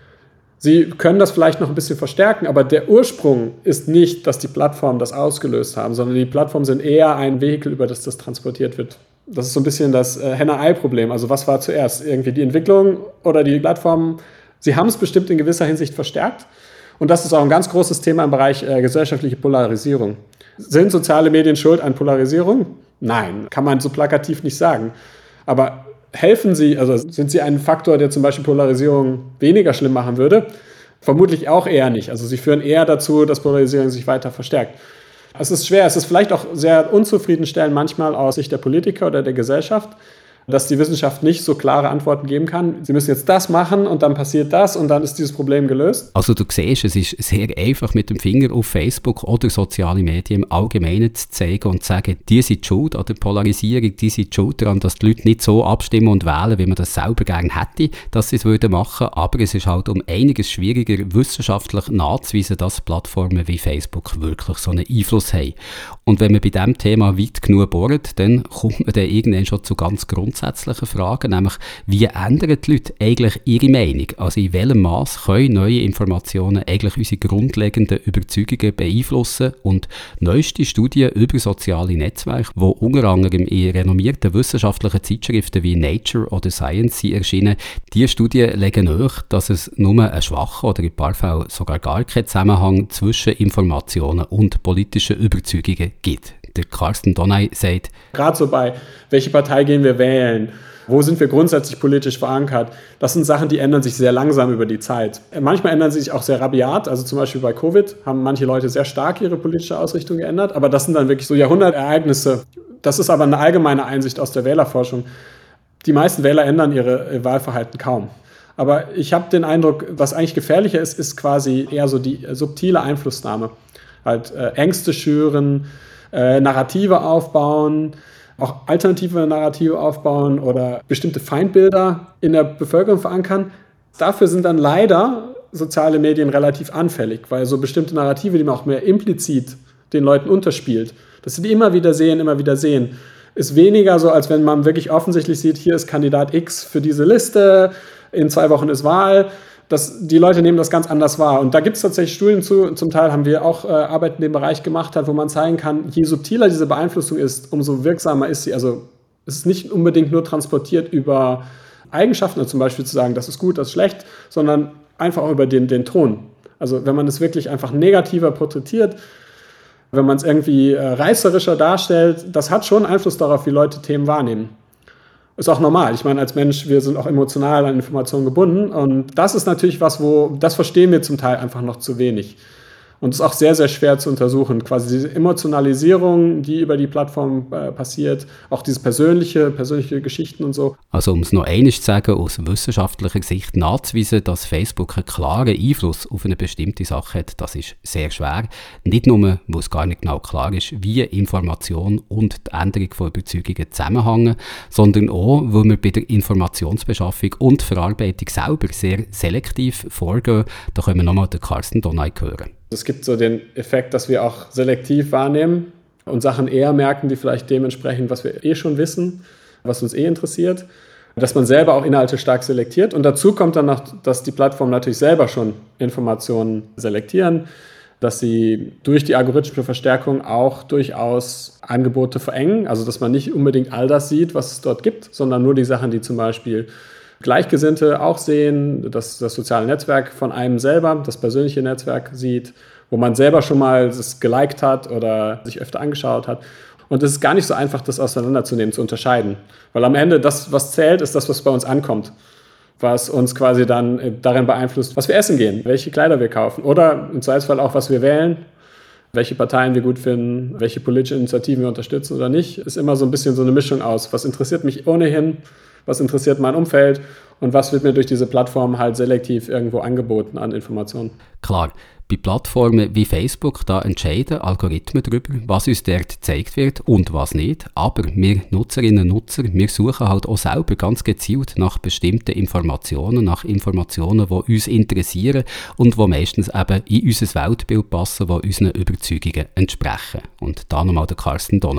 Sie können das vielleicht noch ein bisschen verstärken, aber der Ursprung ist nicht, dass die Plattformen das ausgelöst haben, sondern die Plattformen sind eher ein Vehikel, über das das transportiert wird. Das ist so ein bisschen das Henne-Ei-Problem. Also was war zuerst? Irgendwie die Entwicklung oder die Plattformen? Sie haben es bestimmt in gewisser Hinsicht verstärkt. Und das ist auch ein ganz großes Thema im Bereich gesellschaftliche Polarisierung. Sind soziale Medien schuld an Polarisierung? Nein, kann man so plakativ nicht sagen. Aber helfen sie, also sind sie ein Faktor, der zum Beispiel Polarisierung weniger schlimm machen würde? Vermutlich auch eher nicht. Also sie führen eher dazu, dass Polarisierung sich weiter verstärkt. Es ist schwer, es ist vielleicht auch sehr unzufriedenstellend manchmal aus Sicht der Politiker oder der Gesellschaft, dass die Wissenschaft nicht so klare Antworten geben kann. Sie müssen jetzt das machen und dann passiert das und dann ist dieses Problem gelöst. Also du siehst, es ist sehr einfach, mit dem Finger auf Facebook oder soziale Medien im Allgemeinen zu zeigen und zu sagen, die sind schuld an der Polarisierung, die sind schuld daran, dass die Leute nicht so abstimmen und wählen, wie man das selber gerne hätte, dass sie es machen würden. Aber es ist halt um einiges schwieriger, wissenschaftlich nachzuweisen, dass Plattformen wie Facebook wirklich so einen Einfluss haben. Und wenn man bei diesem Thema weit genug bohrt, dann kommt man dann irgendwann schon zu ganz grundsätzlichen Fragen, nämlich wie ändern die Leute eigentlich ihre Meinung? Also in welchem Maß können neue Informationen eigentlich unsere grundlegenden Überzeugungen beeinflussen? Und neueste Studien über soziale Netzwerke, die unter anderem in renommierten wissenschaftlichen Zeitschriften wie Nature oder Science sind erschienen, diese Studien legen nahe, dass es nur einen schwachen oder in ein paar Fällen sogar gar keinen Zusammenhang zwischen Informationen und politischen Überzeugungen gibt. Der Carsten Donay sagt, gerade so bei, welche Partei gehen wir wählen, wo sind wir grundsätzlich politisch verankert, das sind Sachen, die ändern sich sehr langsam über die Zeit. Manchmal ändern sie sich auch sehr rabiat, also zum Beispiel bei Covid haben manche Leute sehr stark ihre politische Ausrichtung geändert, aber das sind dann wirklich so Jahrhundertereignisse. Das ist aber eine allgemeine Einsicht aus der Wählerforschung. Die meisten Wähler ändern ihr Wahlverhalten kaum. Aber ich habe den Eindruck, was eigentlich gefährlicher ist, ist quasi eher so die subtile Einflussnahme. Halt Ängste schüren, Narrative aufbauen, auch alternative Narrative aufbauen oder bestimmte Feindbilder in der Bevölkerung verankern. Dafür sind dann leider soziale Medien relativ anfällig, weil so bestimmte Narrative, die man auch mehr implizit den Leuten unterspielt, dass sie die immer wieder sehen, ist weniger so, als wenn man wirklich offensichtlich sieht, hier ist Kandidat X für diese Liste, in 2 Wochen ist Wahl. Die Leute nehmen das ganz anders wahr. Und da gibt es tatsächlich Studien zu. Zum Teil haben wir auch Arbeit in dem Bereich gemacht, wo man zeigen kann, je subtiler diese Beeinflussung ist, umso wirksamer ist sie. Also es ist nicht unbedingt nur transportiert über Eigenschaften, also zum Beispiel zu sagen, das ist gut, das ist schlecht, sondern einfach auch über den Ton. Also wenn man es wirklich einfach negativer porträtiert, wenn man es irgendwie reißerischer darstellt, das hat schon Einfluss darauf, wie Leute Themen wahrnehmen. Ist auch normal. Ich meine, als Mensch, wir sind auch emotional an Informationen gebunden. Und das ist natürlich was, das verstehen wir zum Teil einfach noch zu wenig. Und es ist auch sehr, sehr schwer zu untersuchen. Quasi diese Emotionalisierung, die über die Plattform passiert, auch diese persönliche Geschichten und so. Also um es noch einmal zu sagen, aus wissenschaftlicher Sicht nachzuweisen, dass Facebook einen klaren Einfluss auf eine bestimmte Sache hat, das ist sehr schwer. Nicht nur, weil es gar nicht genau klar ist, wie Information und die Änderung von Überzeugungen zusammenhängen, sondern auch, weil wir bei der Informationsbeschaffung und Verarbeitung selber sehr selektiv vorgehen. Da können wir nochmal den Carsten Donay hören. Es gibt so den Effekt, dass wir auch selektiv wahrnehmen und Sachen eher merken, die vielleicht dementsprechend, was wir schon wissen, was uns interessiert. Dass man selber auch Inhalte stark selektiert. Und dazu kommt dann noch, dass die Plattformen natürlich selber schon Informationen selektieren, dass sie durch die algorithmische Verstärkung auch durchaus Angebote verengen. Also dass man nicht unbedingt all das sieht, was es dort gibt, sondern nur die Sachen, die zum Beispiel Gleichgesinnte auch sehen, dass das soziale Netzwerk von einem selber, das persönliche Netzwerk sieht, wo man selber schon mal das geliked hat oder sich öfter angeschaut hat. Und es ist gar nicht so einfach, das auseinanderzunehmen, zu unterscheiden. Weil am Ende das, was zählt, ist das, was bei uns ankommt. Was uns quasi dann darin beeinflusst, was wir essen gehen, welche Kleider wir kaufen oder im Zweifelsfall auch, was wir wählen, welche Parteien wir gut finden, welche politische Initiativen wir unterstützen oder nicht. Ist immer so ein bisschen so eine Mischung aus, was interessiert mich ohnehin, was interessiert mein Umfeld und was wird mir durch diese Plattform halt selektiv irgendwo angeboten an Informationen. Klar, bei Plattformen wie Facebook, da entscheiden Algorithmen darüber, was uns dort gezeigt wird und was nicht. Aber wir Nutzerinnen und Nutzer, wir suchen halt auch selber ganz gezielt nach bestimmten Informationen, nach Informationen, die uns interessieren und die meistens eben in unser Weltbild passen, die unseren Überzeugungen entsprechen. Und da nochmal der Carsten Donay.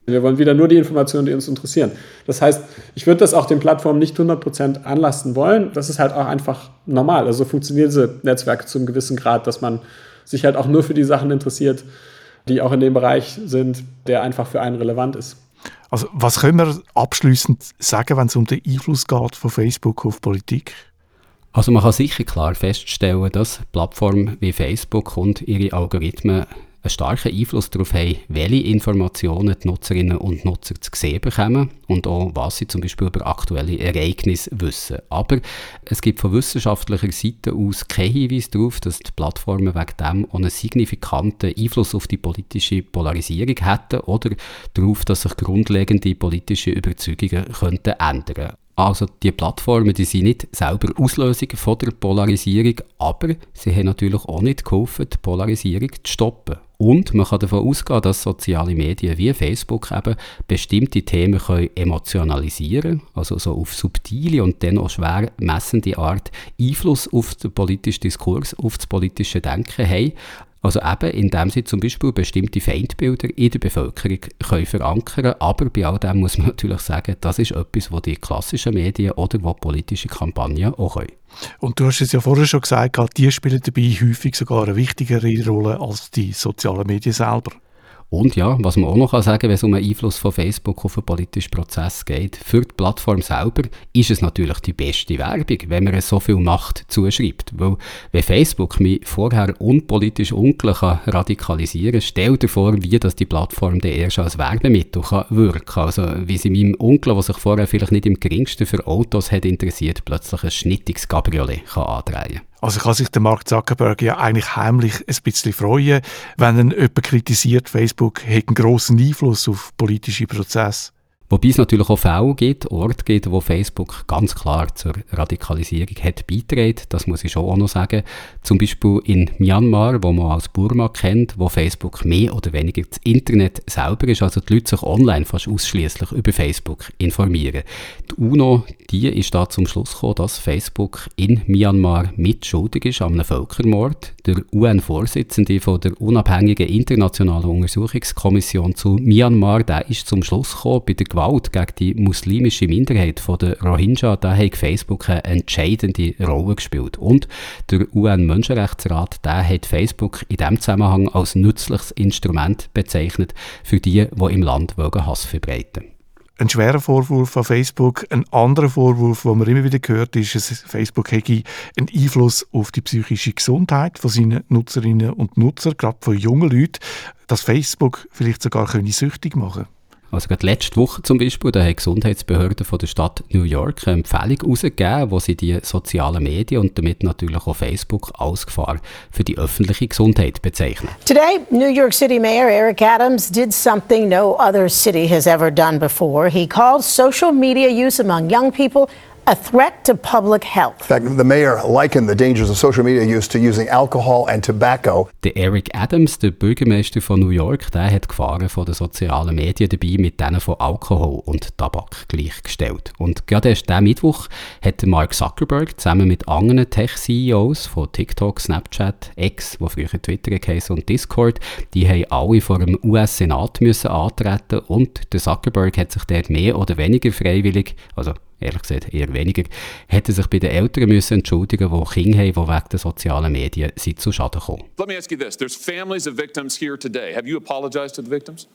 Wir wollen wieder nur die Informationen, die uns interessieren. Das heißt, ich würde das auch den Plattformen nicht 100% anlasten wollen. Das ist halt auch einfach normal. Also funktionieren diese Netzwerke zu einem gewissen Grad, dass man sich halt auch nur für die Sachen interessiert, die auch in dem Bereich sind, der einfach für einen relevant ist. Also was können wir abschliessend sagen, wenn es um den Einfluss geht von Facebook auf Politik? Also man kann sicher klar feststellen, dass Plattformen wie Facebook und ihre Algorithmen einen starken Einfluss darauf haben, welche Informationen die Nutzerinnen und Nutzer zu sehen bekommen und auch, was sie zum Beispiel über aktuelle Ereignisse wissen. Aber es gibt von wissenschaftlicher Seite aus keinen Hinweis darauf, dass die Plattformen wegen dem auch einen signifikanten Einfluss auf die politische Polarisierung hätten oder darauf, dass sich grundlegende politische Überzeugungen könnten ändern. Also die Plattformen, die sind nicht selber Auslösung von der Polarisierung, aber sie haben natürlich auch nicht geholfen, die Polarisierung zu stoppen. Und man kann davon ausgehen, dass soziale Medien wie Facebook eben bestimmte Themen können emotionalisieren, also so auf subtile und dann auch schwer messende Art Einfluss auf den politischen Diskurs, auf das politische Denken haben. Also eben, indem sie zum Beispiel bestimmte Feindbilder in der Bevölkerung können verankern. Aber bei all dem muss man natürlich sagen, das ist etwas, was die klassischen Medien oder was politische Kampagnen auch können. Und du hast es ja vorher schon gesagt, die spielen dabei häufig sogar eine wichtigere Rolle als die sozialen Medien selber. Und ja, was man auch noch sagen kann, wenn es um einen Einfluss von Facebook auf einen politischen Prozess geht, für die Plattform selber ist es natürlich die beste Werbung, wenn man es so viel Macht zuschreibt. Weil wenn Facebook mich vorher unpolitisch unklar radikalisieren kann, stell dir vor, wie das die Plattform dann erst als Werbemittel wirken kann. Also wie sie meinem Onkel, der sich vorher vielleicht nicht im geringsten für Autos hat interessiert, plötzlich ein schnittiges Cabriolet kann andrehen. Also kann sich der Mark Zuckerberg ja eigentlich heimlich ein bisschen freuen, wenn ihn jemand kritisiert, Facebook hat einen grossen Einfluss auf politische Prozesse. Wobei es natürlich auch Fälle gibt, Orte gibt, wo Facebook ganz klar zur Radikalisierung hat beigetragen. Das muss ich schon auch noch sagen. Zum Beispiel in Myanmar, wo man als Burma kennt, wo Facebook mehr oder weniger das Internet selber ist. Also die Leute sich online fast ausschließlich über Facebook informieren. Die UNO, die ist da zum Schluss gekommen, dass Facebook in Myanmar mitschuldig ist an einem Völkermord. Der UN-Vorsitzende von der unabhängigen internationalen Untersuchungskommission zu Myanmar, der ist zum Schluss gekommen, bei der Gewalt gegen die muslimische Minderheit der Rohingya, da hat Facebook eine entscheidende Rolle gespielt. Und der UN-Menschenrechtsrat, der hat Facebook in diesem Zusammenhang als nützliches Instrument bezeichnet für die im Land Hass verbreiten. Ein schwerer Vorwurf an Facebook. Ein anderer Vorwurf, den man immer wieder hört, ist, dass Facebook hätte einen Einfluss auf die psychische Gesundheit von seinen Nutzerinnen und Nutzern, gerade von jungen Leuten, dass Facebook vielleicht sogar süchtig machen könnte. Also gerade letzte Woche zum Beispiel, da hat die Gesundheitsbehörde von der Stadt New York eine Empfehlung herausgegeben, wo sie die sozialen Medien und damit natürlich auch Facebook als Gefahr für die öffentliche Gesundheit bezeichnen. Today, New York City Mayor Eric Adams did something no other city has ever done before. He called social media use among young people a threat to public health. In fact, the mayor likened the dangers of social media use to using alcohol and tobacco. Der Eric Adams, der Bürgermeister von New York, der hat die Gefahren von den sozialen Medien dabei mit denen von Alkohol und Tabak gleichgestellt. Und gerade erst diesen Mittwoch hat Mark Zuckerberg zusammen mit anderen Tech-CEOs von TikTok, Snapchat, X, wo früher Twitter geheißen, und Discord, die haben alle vor dem US-Senat müssen antreten und der Zuckerberg hat sich dort mehr oder weniger freiwillig, also ehrlich gesagt eher weniger, hätte sich bei den Eltern müssen entschuldigen, die Kinder haben, die wegen der sozialen Medien sind zu Schaden gekommen. Let me ask you this. There's families of victims here today. Have you apologized to the victims?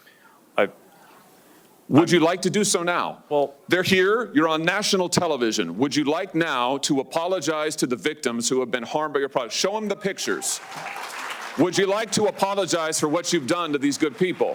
Would you like to do so now? Well, they're here. You're on national television. Would you like now to apologize to the victims who have been harmed by your product? Show them the pictures. Would you like to apologize for what you've done to these good people?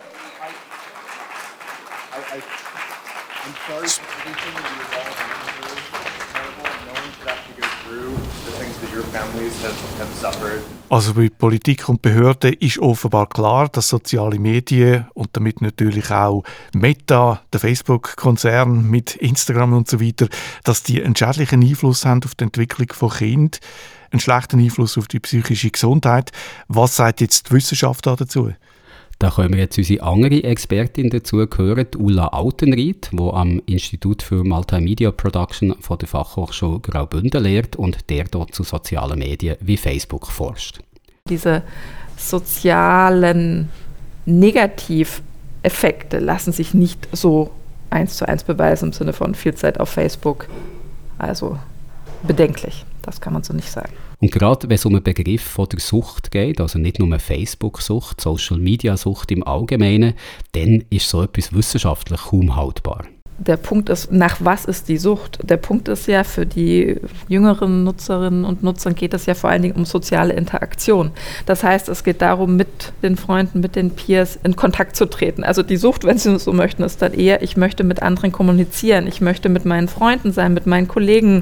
I'm sorry for everything that you've all been through. No one should have to go through the things that your families have suffered. Also bei Politik und Behörden ist offenbar klar, dass soziale Medien und damit natürlich auch Meta, der Facebook-Konzern mit Instagram und so weiter, dass die einen schädlichen Einfluss haben auf die Entwicklung von Kindern, einen schlechten Einfluss auf die psychische Gesundheit. Was sagt jetzt die Wissenschaft dazu? Da können wir jetzt unsere andere Expertin dazu hören, Ulla Altenried, die am Institut für Multimedia Production von der Fachhochschule Graubünden lehrt und der dort zu sozialen Medien wie Facebook forscht. Diese sozialen Negativeffekte Effekte lassen sich nicht so 1:1 beweisen im Sinne von viel Zeit auf Facebook. Also bedenklich, das kann man so nicht sagen. Und gerade wenn es um einen Begriff von der Sucht geht, also nicht nur Facebook-Sucht, Social-Media-Sucht im Allgemeinen, dann ist so etwas wissenschaftlich kaum haltbar. Der Punkt ist, nach was ist die Sucht? Der Punkt ist ja, für die jüngeren Nutzerinnen und Nutzern geht es ja vor allen Dingen um soziale Interaktion. Das heißt, es geht darum, mit den Freunden, mit den Peers in Kontakt zu treten. Also die Sucht, wenn Sie so möchten, ist dann eher, ich möchte mit anderen kommunizieren, ich möchte mit meinen Freunden sein, mit meinen Kollegen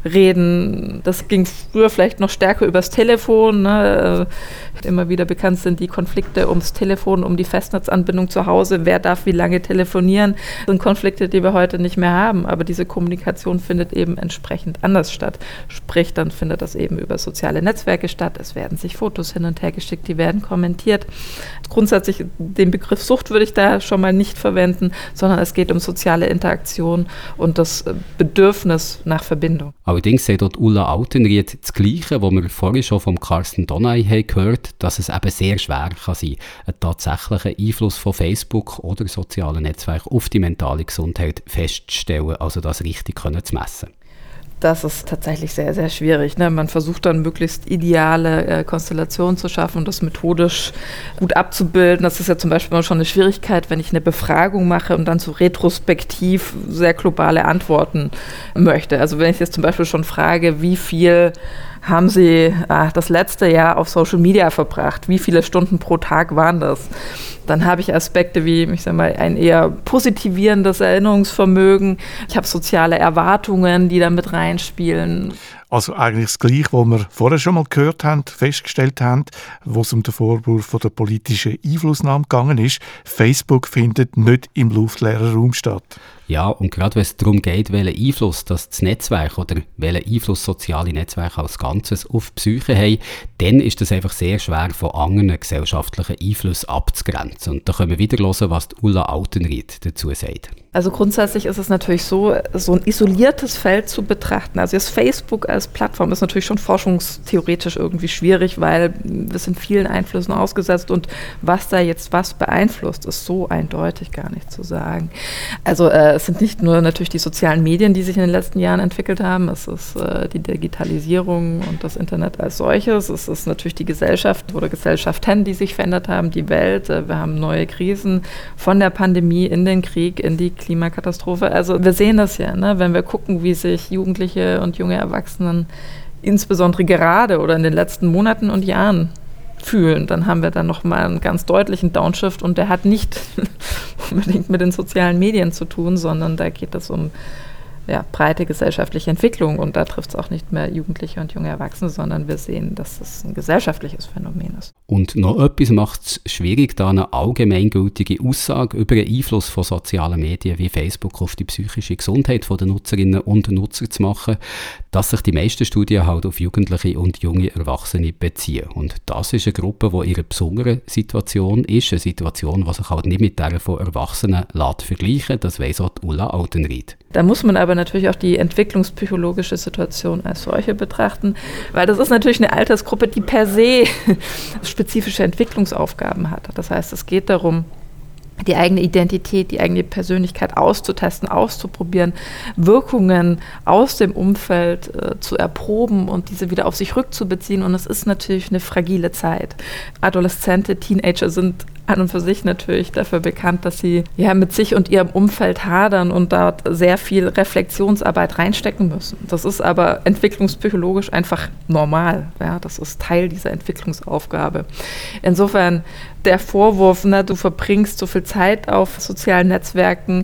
reden. Das ging früher vielleicht noch stärker übers Telefon. Ne? Immer wieder bekannt sind die Konflikte ums Telefon, um die Festnetzanbindung zu Hause. Wer darf wie lange telefonieren? Das sind Konflikte, die wir heute nicht mehr haben. Aber diese Kommunikation findet eben entsprechend anders statt. Sprich, dann findet das eben über soziale Netzwerke statt. Es werden sich Fotos hin und her geschickt, die werden kommentiert. Grundsätzlich den Begriff Sucht würde ich da schon mal nicht verwenden, sondern es geht um soziale Interaktion und das Bedürfnis nach Verbindung. Allerdings sagt dort Ulla Altenried das Gleiche, was wir vorhin schon von Carsten Donay gehört, dass es eben sehr schwer kann sein, einen tatsächlichen Einfluss von Facebook oder sozialen Netzwerken auf die mentale Gesundheit festzustellen, also das richtig zu messen. Das ist tatsächlich sehr, sehr schwierig. Ne? Man versucht dann möglichst ideale Konstellationen zu schaffen und das methodisch gut abzubilden. Das ist ja zum Beispiel schon eine Schwierigkeit, wenn ich eine Befragung mache und dann so retrospektiv sehr globale Antworten möchte. Also wenn ich jetzt zum Beispiel schon frage, wie viel haben Sie das letzte Jahr auf Social Media verbracht? Wie viele Stunden pro Tag waren das? Dann habe ich Aspekte wie, ich sage mal, ein eher positivierendes Erinnerungsvermögen. Ich habe soziale Erwartungen, die da mit reinspielen. Also eigentlich das Gleiche, was wir vorher schon mal gehört haben, festgestellt haben, wo es um den Vorwurf von der politischen Einflussnahme gegangen ist. Facebook findet nicht im luftleeren Raum statt. Ja, und gerade wenn es darum geht, welchen Einfluss das Netzwerk oder welchen Einfluss soziale Netzwerke als Ganzes auf die Psyche haben, dann ist es einfach sehr schwer, von anderen gesellschaftlichen Einflüssen abzugrenzen. Und da können wir wieder hören, was Ulla Altenried dazu sagt. Also grundsätzlich ist es natürlich so ein isoliertes Feld zu betrachten. Also das Facebook als Plattform ist natürlich schon forschungstheoretisch irgendwie schwierig, weil wir sind vielen Einflüssen ausgesetzt und was da jetzt was beeinflusst, ist so eindeutig gar nicht zu sagen. Also es sind nicht nur natürlich die sozialen Medien, die sich in den letzten Jahren entwickelt haben, es ist die Digitalisierung und das Internet als solches, es ist natürlich die Gesellschaft oder Gesellschaften, die sich verändert haben, die Welt, wir haben neue Krisen von der Pandemie in den Krieg, in die Klimakatastrophe. Also wir sehen das ja, ne? Wenn wir gucken, wie sich Jugendliche und junge Erwachsenen insbesondere gerade oder in den letzten Monaten und Jahren fühlen, dann haben wir dann nochmal einen ganz deutlichen Downshift und der hat nicht unbedingt mit den sozialen Medien zu tun, sondern da geht es um breite gesellschaftliche Entwicklung und da trifft es auch nicht mehr Jugendliche und junge Erwachsene, sondern wir sehen, dass es ein gesellschaftliches Phänomen ist. Und noch etwas macht es schwierig, da eine allgemeingültige Aussage über den Einfluss von sozialen Medien wie Facebook auf die psychische Gesundheit der Nutzerinnen und Nutzer zu machen, dass sich die meisten Studien halt auf Jugendliche und junge Erwachsene beziehen. Und das ist eine Gruppe, die in einer besonderen Situation ist, eine Situation, die sich halt nicht mit der von Erwachsenen vergleichen lässt. Das weiss auch Ulla Altenried. Da muss man aber natürlich auch die entwicklungspsychologische Situation als solche betrachten, weil das ist natürlich eine Altersgruppe, die per se spezifische Entwicklungsaufgaben hat. Das heißt, es geht darum, die eigene Identität, die eigene Persönlichkeit auszutesten, auszuprobieren, Wirkungen aus dem Umfeld zu erproben und diese wieder auf sich rückzubeziehen. Und es ist natürlich eine fragile Zeit. Adoleszente, Teenager sind an und für sich natürlich dafür bekannt, dass sie mit sich und ihrem Umfeld hadern und dort sehr viel Reflexionsarbeit reinstecken müssen. Das ist aber entwicklungspsychologisch einfach normal. Ja? Das ist Teil dieser Entwicklungsaufgabe. Insofern der Vorwurf, du verbringst so viel Zeit auf sozialen Netzwerken,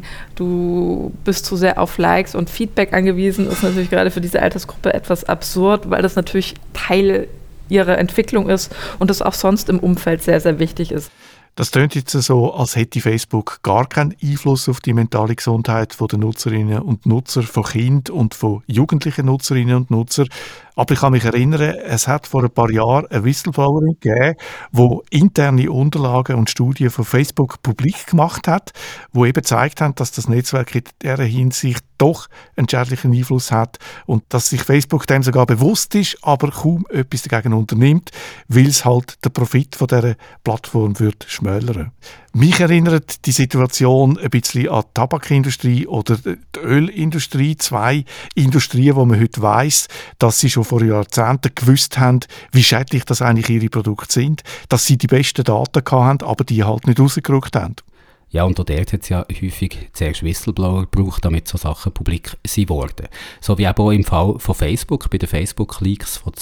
du bist zu sehr auf Likes und Feedback angewiesen, ist natürlich gerade für diese Altersgruppe etwas absurd, weil das natürlich Teil ihrer Entwicklung ist und das auch sonst im Umfeld sehr, sehr wichtig ist. Das klingt jetzt so, als hätte Facebook gar keinen Einfluss auf die mentale Gesundheit der Nutzerinnen und Nutzer, von Kindern und von jugendlichen Nutzerinnen und Nutzern. Aber ich kann mich erinnern, es hat vor ein paar Jahren eine Whistleblowerin gegeben, die interne Unterlagen und Studien von Facebook publik gemacht hat, die eben gezeigt haben, dass das Netzwerk in dieser Hinsicht doch einen schädlichen Einfluss hat und dass sich Facebook dem sogar bewusst ist, aber kaum etwas dagegen unternimmt, weil es halt den Profit von dieser Plattform wird schmälern. Mich erinnert die Situation ein bisschen an die Tabakindustrie oder die Ölindustrie, 2 Industrien, wo man heute weiss, dass sie schon vor Jahrzehnten gewusst haben, wie schädlich das eigentlich ihre Produkte sind, dass sie die besten Daten hatten, aber die halt nicht rausgerückt haben. Ja, und auch dort hat es ja häufig zuerst Whistleblower gebraucht, damit so Sachen publik wurden. So wie eben auch im Fall von Facebook, bei den Facebook-Leaks von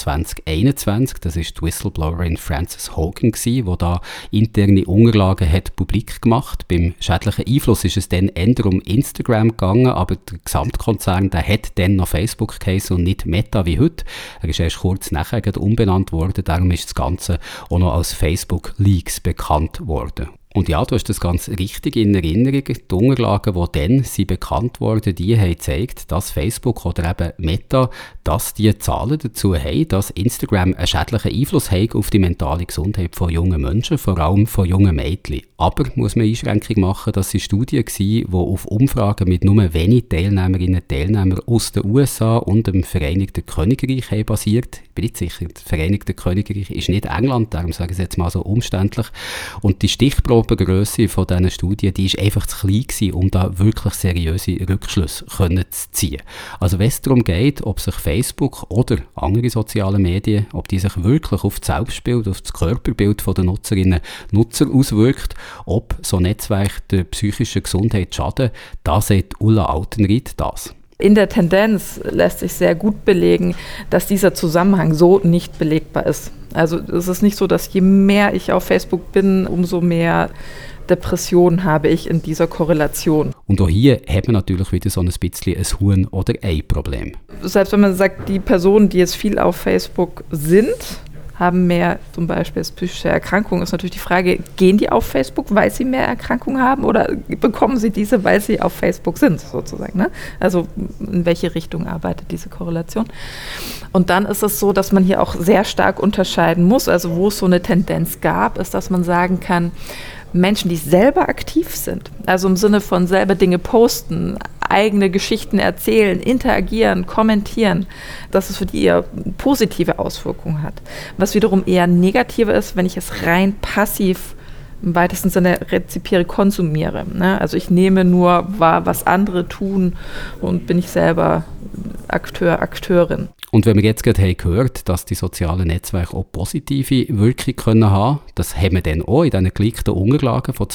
2021. Das war die Whistleblowerin Frances Hogan, die da interne Unterlagen hat publik gemacht. Beim schädlichen Einfluss ist es dann eher um Instagram gegangen, aber der Gesamtkonzern, der hat dann noch Facebook geheißen und nicht Meta wie heute. Er ist erst kurz nachher umbenannt worden, darum ist das Ganze auch noch als Facebook-Leaks bekannt worden. Und ja, du hast das ganz richtig in Erinnerung. Die Unterlagen, die dann bekannt wurden, die haben gezeigt, dass Facebook oder eben Meta, dass die Zahlen dazu haben, dass Instagram einen schädlichen Einfluss hat auf die mentale Gesundheit von jungen Menschen, vor allem von jungen Mädchen. Aber muss man Einschränkung machen, dass es Studien waren, die auf Umfragen mit nur wenig Teilnehmerinnen und Teilnehmern aus den USA und dem Vereinigten Königreich haben basiert. Ich bin nicht sicher, das Vereinigte Königreich ist nicht England, darum sage ich es jetzt mal so umständlich. Und die Stichprobengrösse von diesen Studien, die ist einfach zu klein gewesen, um da wirklich seriöse Rückschlüsse zu ziehen. Also wenn es darum geht, ob sich Facebook oder andere soziale Medien, ob die sich wirklich auf das Selbstbild, auf das Körperbild der Nutzerinnen und Nutzer auswirkt, ob so Netzwerke der psychischen Gesundheit schaden, da sagt Ulla Altenried das. In der Tendenz lässt sich sehr gut belegen, dass dieser Zusammenhang so nicht belegbar ist. Also es ist nicht so, dass je mehr ich auf Facebook bin, umso mehr Depressionen habe ich in dieser Korrelation. Und auch hier hat man natürlich wieder so ein bisschen ein Huhn- oder Ei-Problem. Selbst wenn man sagt, die Personen, die jetzt viel auf Facebook sind, haben mehr zum Beispiel psychische Erkrankungen, ist natürlich die Frage, gehen die auf Facebook, weil sie mehr Erkrankungen haben oder bekommen sie diese, weil sie auf Facebook sind, sozusagen. Ne? Also in welche Richtung arbeitet diese Korrelation? Und dann ist es so, dass man hier auch sehr stark unterscheiden muss, also wo es so eine Tendenz gab, ist, dass man sagen kann, Menschen, die selber aktiv sind, also im Sinne von selber Dinge posten, eigene Geschichten erzählen, interagieren, kommentieren, dass es für die eher positive Auswirkungen hat. Was wiederum eher negative ist, wenn ich es rein passiv im weitesten Sinne rezipiere, konsumiere. Ne? Also ich nehme nur wahr, was andere tun und bin ich selber Akteur, Akteurin. Und wenn wir jetzt gerade gehört, dass die sozialen Netzwerke auch positive Wirkung können haben, das haben wir dann auch in diesen geleakten Unterlagen von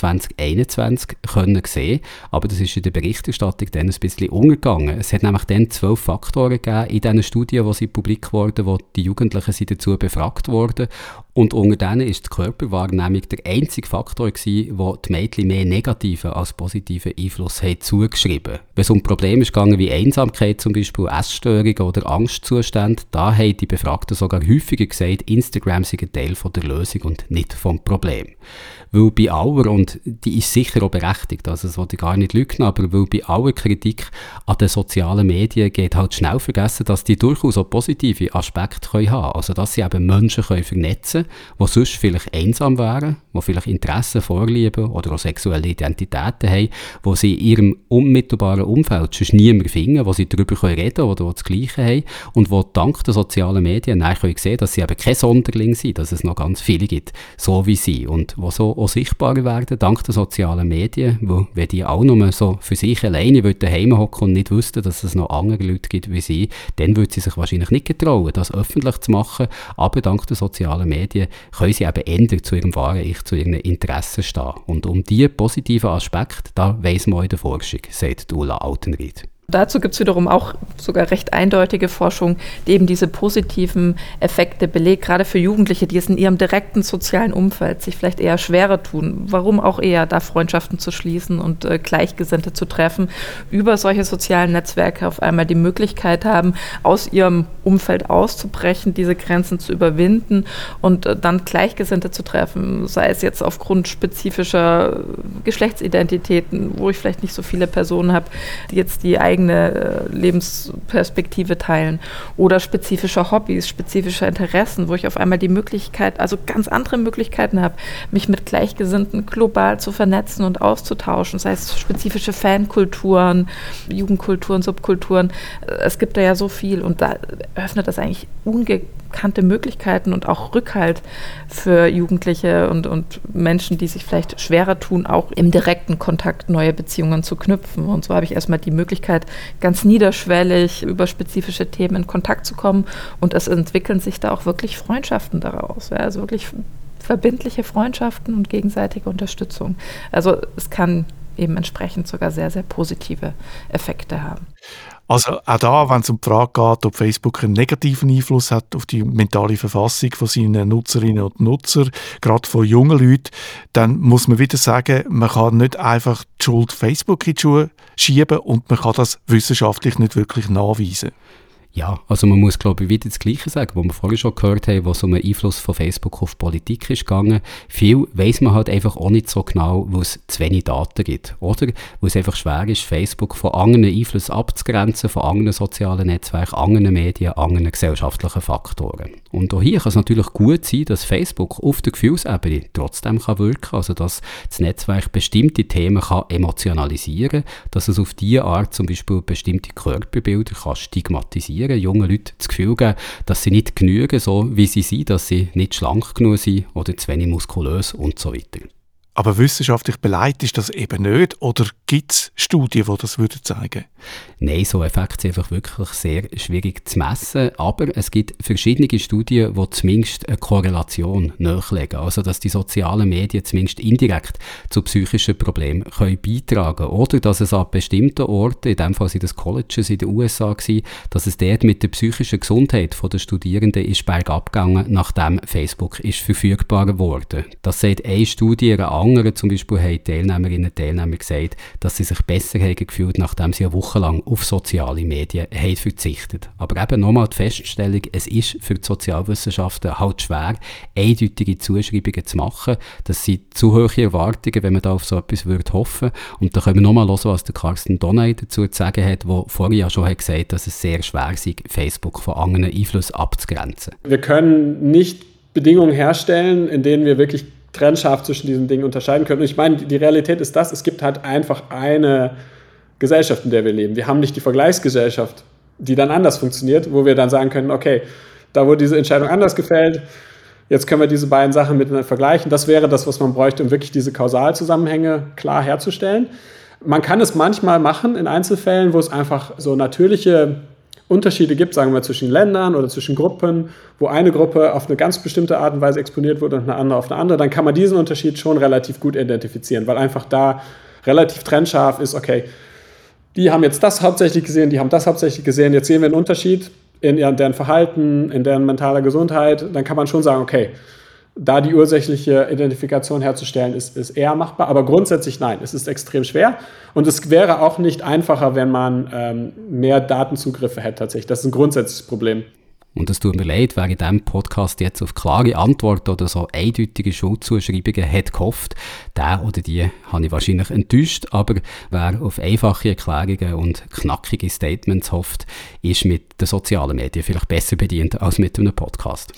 2021 können sehen. Aber das ist in der Berichterstattung dann ein bisschen untergegangen. Es hat nämlich dann 12 Faktoren gegeben in diesen Studien, die sie publik wurden, wo die Jugendlichen sind dazu befragt wurden. Und unter denen ist die Körperwahrnehmung der einzige Faktor gewesen, wo die Mädchen mehr negativen als positiven Einfluss haben zugeschrieben. Wenn es um Probleme ging wie Einsamkeit zum Beispiel, Essstörungen oder Angstzustände, da haben die Befragten sogar häufiger gesagt, Instagram sei ein Teil von der Lösung und nicht vom Problem. Weil bei aller, und die ist sicher auch berechtigt, also das wollte ich gar nicht leugnen, aber weil bei aller Kritik an den sozialen Medien geht halt schnell vergessen, dass die durchaus auch positive Aspekte haben können. Also dass sie eben Menschen können vernetzen können, die sonst vielleicht einsam wären, die vielleicht Interessen, Vorlieben oder auch sexuelle Identitäten haben, die sie in ihrem unmittelbaren Umfeld sonst niemand finden, wo sie darüber reden können oder die das Gleiche haben und die dank der sozialen Medien dann sehen können, dass sie eben kein Sonderling sind, dass es noch ganz viele gibt, so wie sie und die so auch sichtbarer werden, dank der sozialen Medien, wo wenn die auch nur so für sich alleine daheim hocken und nicht wüssten, dass es noch andere Leute gibt wie sie, dann würden sie sich wahrscheinlich nicht getrauen, das öffentlich zu machen, aber dank der sozialen Medien können sie eben ändern zu ihrem wahren Ich, zu ihren Interessen stehen. Und um diese positiven Aspekte, da weiss man in der Forschung, sagt Ulla Altenried. Dazu gibt es wiederum auch sogar recht eindeutige Forschung, die eben diese positiven Effekte belegt, gerade für Jugendliche, die es in ihrem direkten sozialen Umfeld sich vielleicht eher schwerer tun. Warum auch eher, da Freundschaften zu schließen und Gleichgesinnte zu treffen, über solche sozialen Netzwerke auf einmal die Möglichkeit haben, aus ihrem Umfeld auszubrechen, diese Grenzen zu überwinden und dann Gleichgesinnte zu treffen, sei es jetzt aufgrund spezifischer Geschlechtsidentitäten, wo ich vielleicht nicht so viele Personen habe, die jetzt die eigene eigene Lebensperspektive teilen oder spezifische Hobbys, spezifische Interessen, wo ich auf einmal die Möglichkeit, also ganz andere Möglichkeiten habe, mich mit Gleichgesinnten global zu vernetzen und auszutauschen, sei es spezifische Fankulturen, Jugendkulturen, Subkulturen. Es gibt da ja so viel und da öffnet das eigentlich ungekannte Möglichkeiten und auch Rückhalt für Jugendliche und Menschen, die sich vielleicht schwerer tun, auch im direkten Kontakt neue Beziehungen zu knüpfen. Und so habe ich erstmal die Möglichkeit, ganz niederschwellig über spezifische Themen in Kontakt zu kommen und es entwickeln sich da auch wirklich Freundschaften daraus. Ja, also wirklich verbindliche Freundschaften und gegenseitige Unterstützung. Also es kann eben entsprechend sogar sehr, sehr positive Effekte haben. Also auch da, wenn es um die Frage geht, ob Facebook einen negativen Einfluss hat auf die mentale Verfassung von seinen Nutzerinnen und Nutzern, gerade von jungen Leuten, dann muss man wieder sagen, man kann nicht einfach die Schuld Facebook in die Schuhe schieben und man kann das wissenschaftlich nicht wirklich nachweisen. Ja, also man muss, glaube ich, wieder das Gleiche sagen, was wir vorhin schon gehört haben, was um den Einfluss von Facebook auf Politik ist gegangen. Viel weiss man halt einfach auch nicht so genau, weil es zu wenig Daten gibt. Oder weil es einfach schwer ist, Facebook von anderen Einflüssen abzugrenzen, von anderen sozialen Netzwerken, anderen Medien, anderen gesellschaftlichen Faktoren. Und auch hier kann es natürlich gut sein, dass Facebook auf der Gefühlsebene trotzdem kann wirken, also dass das Netzwerk bestimmte Themen kann emotionalisieren kann, dass es auf diese Art zum Beispiel bestimmte Körperbilder kann stigmatisieren, jungen Leuten das Gefühl geben, dass sie nicht genügen, so wie sie sind, dass sie nicht schlank genug sind oder zu wenig muskulös und so weiter. Aber wissenschaftlich beleidigt ist das eben nicht? Oder gibt es Studien, die das zeigen würden? Nein, so Effekte sind einfach wirklich sehr schwierig zu messen. Aber es gibt verschiedene Studien, die zumindest eine Korrelation nachlegen. Also, dass die sozialen Medien zumindest indirekt zu psychischen Problemen können beitragen können. Oder dass es an bestimmten Orten, in diesem Fall sind das Colleges in den USA gewesen, dass es dort mit der psychischen Gesundheit der Studierenden ist bergab gegangen, nachdem Facebook ist verfügbar wurde. Das sagt eine Studie, eine andere zum Beispiel haben Teilnehmerinnen und Teilnehmer gesagt, dass sie sich besser haben gefühlt, nachdem sie eine Woche lang auf soziale Medien haben verzichtet. Aber eben nochmal die Feststellung, es ist für die Sozialwissenschaften halt schwer, eindeutige Zuschreibungen zu machen. Das sind zu hohe Erwartungen, wenn man da auf so etwas hoffen würde. Und da können wir nochmal hören, was der Carsten Donay dazu zu sagen hat, der vorher ja schon hat gesagt, dass es sehr schwer ist, Facebook von anderen Einflüssen abzugrenzen. Wir können nicht Bedingungen herstellen, in denen wir wirklich trennscharf zwischen diesen Dingen unterscheiden können. Und ich meine, die Realität ist das, es gibt halt einfach eine Gesellschaft, in der wir leben. Wir haben nicht die Vergleichsgesellschaft, die dann anders funktioniert, wo wir dann sagen können, okay, da wurde diese Entscheidung anders gefällt, jetzt können wir diese beiden Sachen miteinander vergleichen. Das wäre das, was man bräuchte, um wirklich diese Kausalzusammenhänge klar herzustellen. Man kann es manchmal machen in Einzelfällen, wo es einfach so natürliche Unterschiede gibt, sagen wir zwischen Ländern oder zwischen Gruppen, wo eine Gruppe auf eine ganz bestimmte Art und Weise exponiert wird und eine andere auf eine andere, dann kann man diesen Unterschied schon relativ gut identifizieren, weil einfach da relativ trennscharf ist, okay, die haben jetzt das hauptsächlich gesehen, die haben das hauptsächlich gesehen, jetzt sehen wir einen Unterschied in deren Verhalten, in deren mentaler Gesundheit, dann kann man schon sagen, okay, da die ursächliche Identifikation herzustellen, ist eher machbar. Aber grundsätzlich nein, es ist extrem schwer. Und es wäre auch nicht einfacher, wenn man mehr Datenzugriffe hätte tatsächlich. Das ist ein grundsätzliches Problem. Und es tut mir leid, wer in diesem Podcast jetzt auf klare Antworten oder so eindeutige Schuldzuschreibungen hat gehofft, der oder die habe ich wahrscheinlich enttäuscht. Aber wer auf einfache Erklärungen und knackige Statements hofft, ist mit den sozialen Medien vielleicht besser bedient als mit einem Podcast.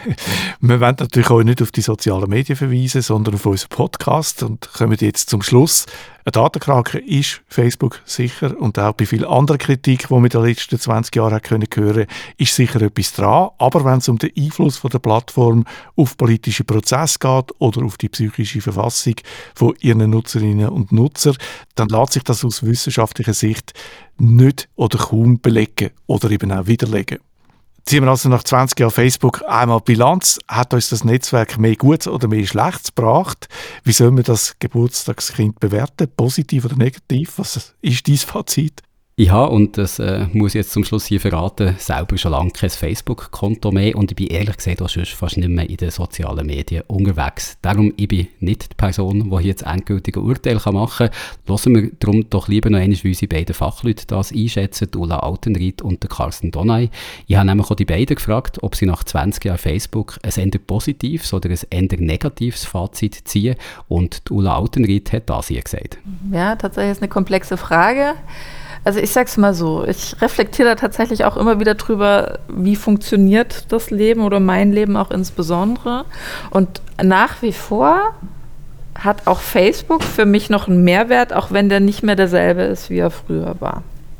Wir wollen natürlich auch nicht auf die sozialen Medien verweisen, sondern auf unseren Podcast und kommen jetzt zum Schluss. Ein Datenkrake ist Facebook sicher und auch bei vielen anderen Kritik, die wir in den letzten 20 Jahren hören konnten, ist sicher etwas dran. Aber wenn es um den Einfluss von der Plattform auf politische Prozesse geht oder auf die psychische Verfassung von ihren Nutzerinnen und Nutzern, dann lässt sich das aus wissenschaftlicher Sicht nicht oder kaum belegen oder eben auch widerlegen. Ziehen wir also nach 20 Jahren Facebook einmal Bilanz. Hat uns das Netzwerk mehr Gutes oder mehr Schlechtes gebracht? Wie soll man das Geburtstagskind bewerten? Positiv oder negativ? Was ist dein Fazit? Ich habe, und das muss ich jetzt zum Schluss hier verraten, selber schon lange kein Facebook-Konto mehr und ich bin ehrlich gesagt auch sonst fast nicht mehr in den sozialen Medien unterwegs. Darum, ich bin nicht die Person, die hier jetzt endgültige Urteil machen kann. Hören wir darum doch lieber noch einmal, wie unsere beiden Fachleute das einschätzen, Ulla Altenried und der Carsten Donay. Ich habe nämlich auch die beiden gefragt, ob sie nach 20 Jahren Facebook ein eher positives oder ein eher negatives Fazit ziehen, und Ulla Altenried hat das hier gesagt. Ja, tatsächlich ist eine komplexe Frage. Also ich sag's mal so, ich reflektiere da tatsächlich auch immer wieder drüber, wie funktioniert das Leben oder mein Leben auch insbesondere. Und nach wie vor hat auch Facebook für mich noch einen Mehrwert, auch wenn der nicht mehr derselbe ist, wie er früher war.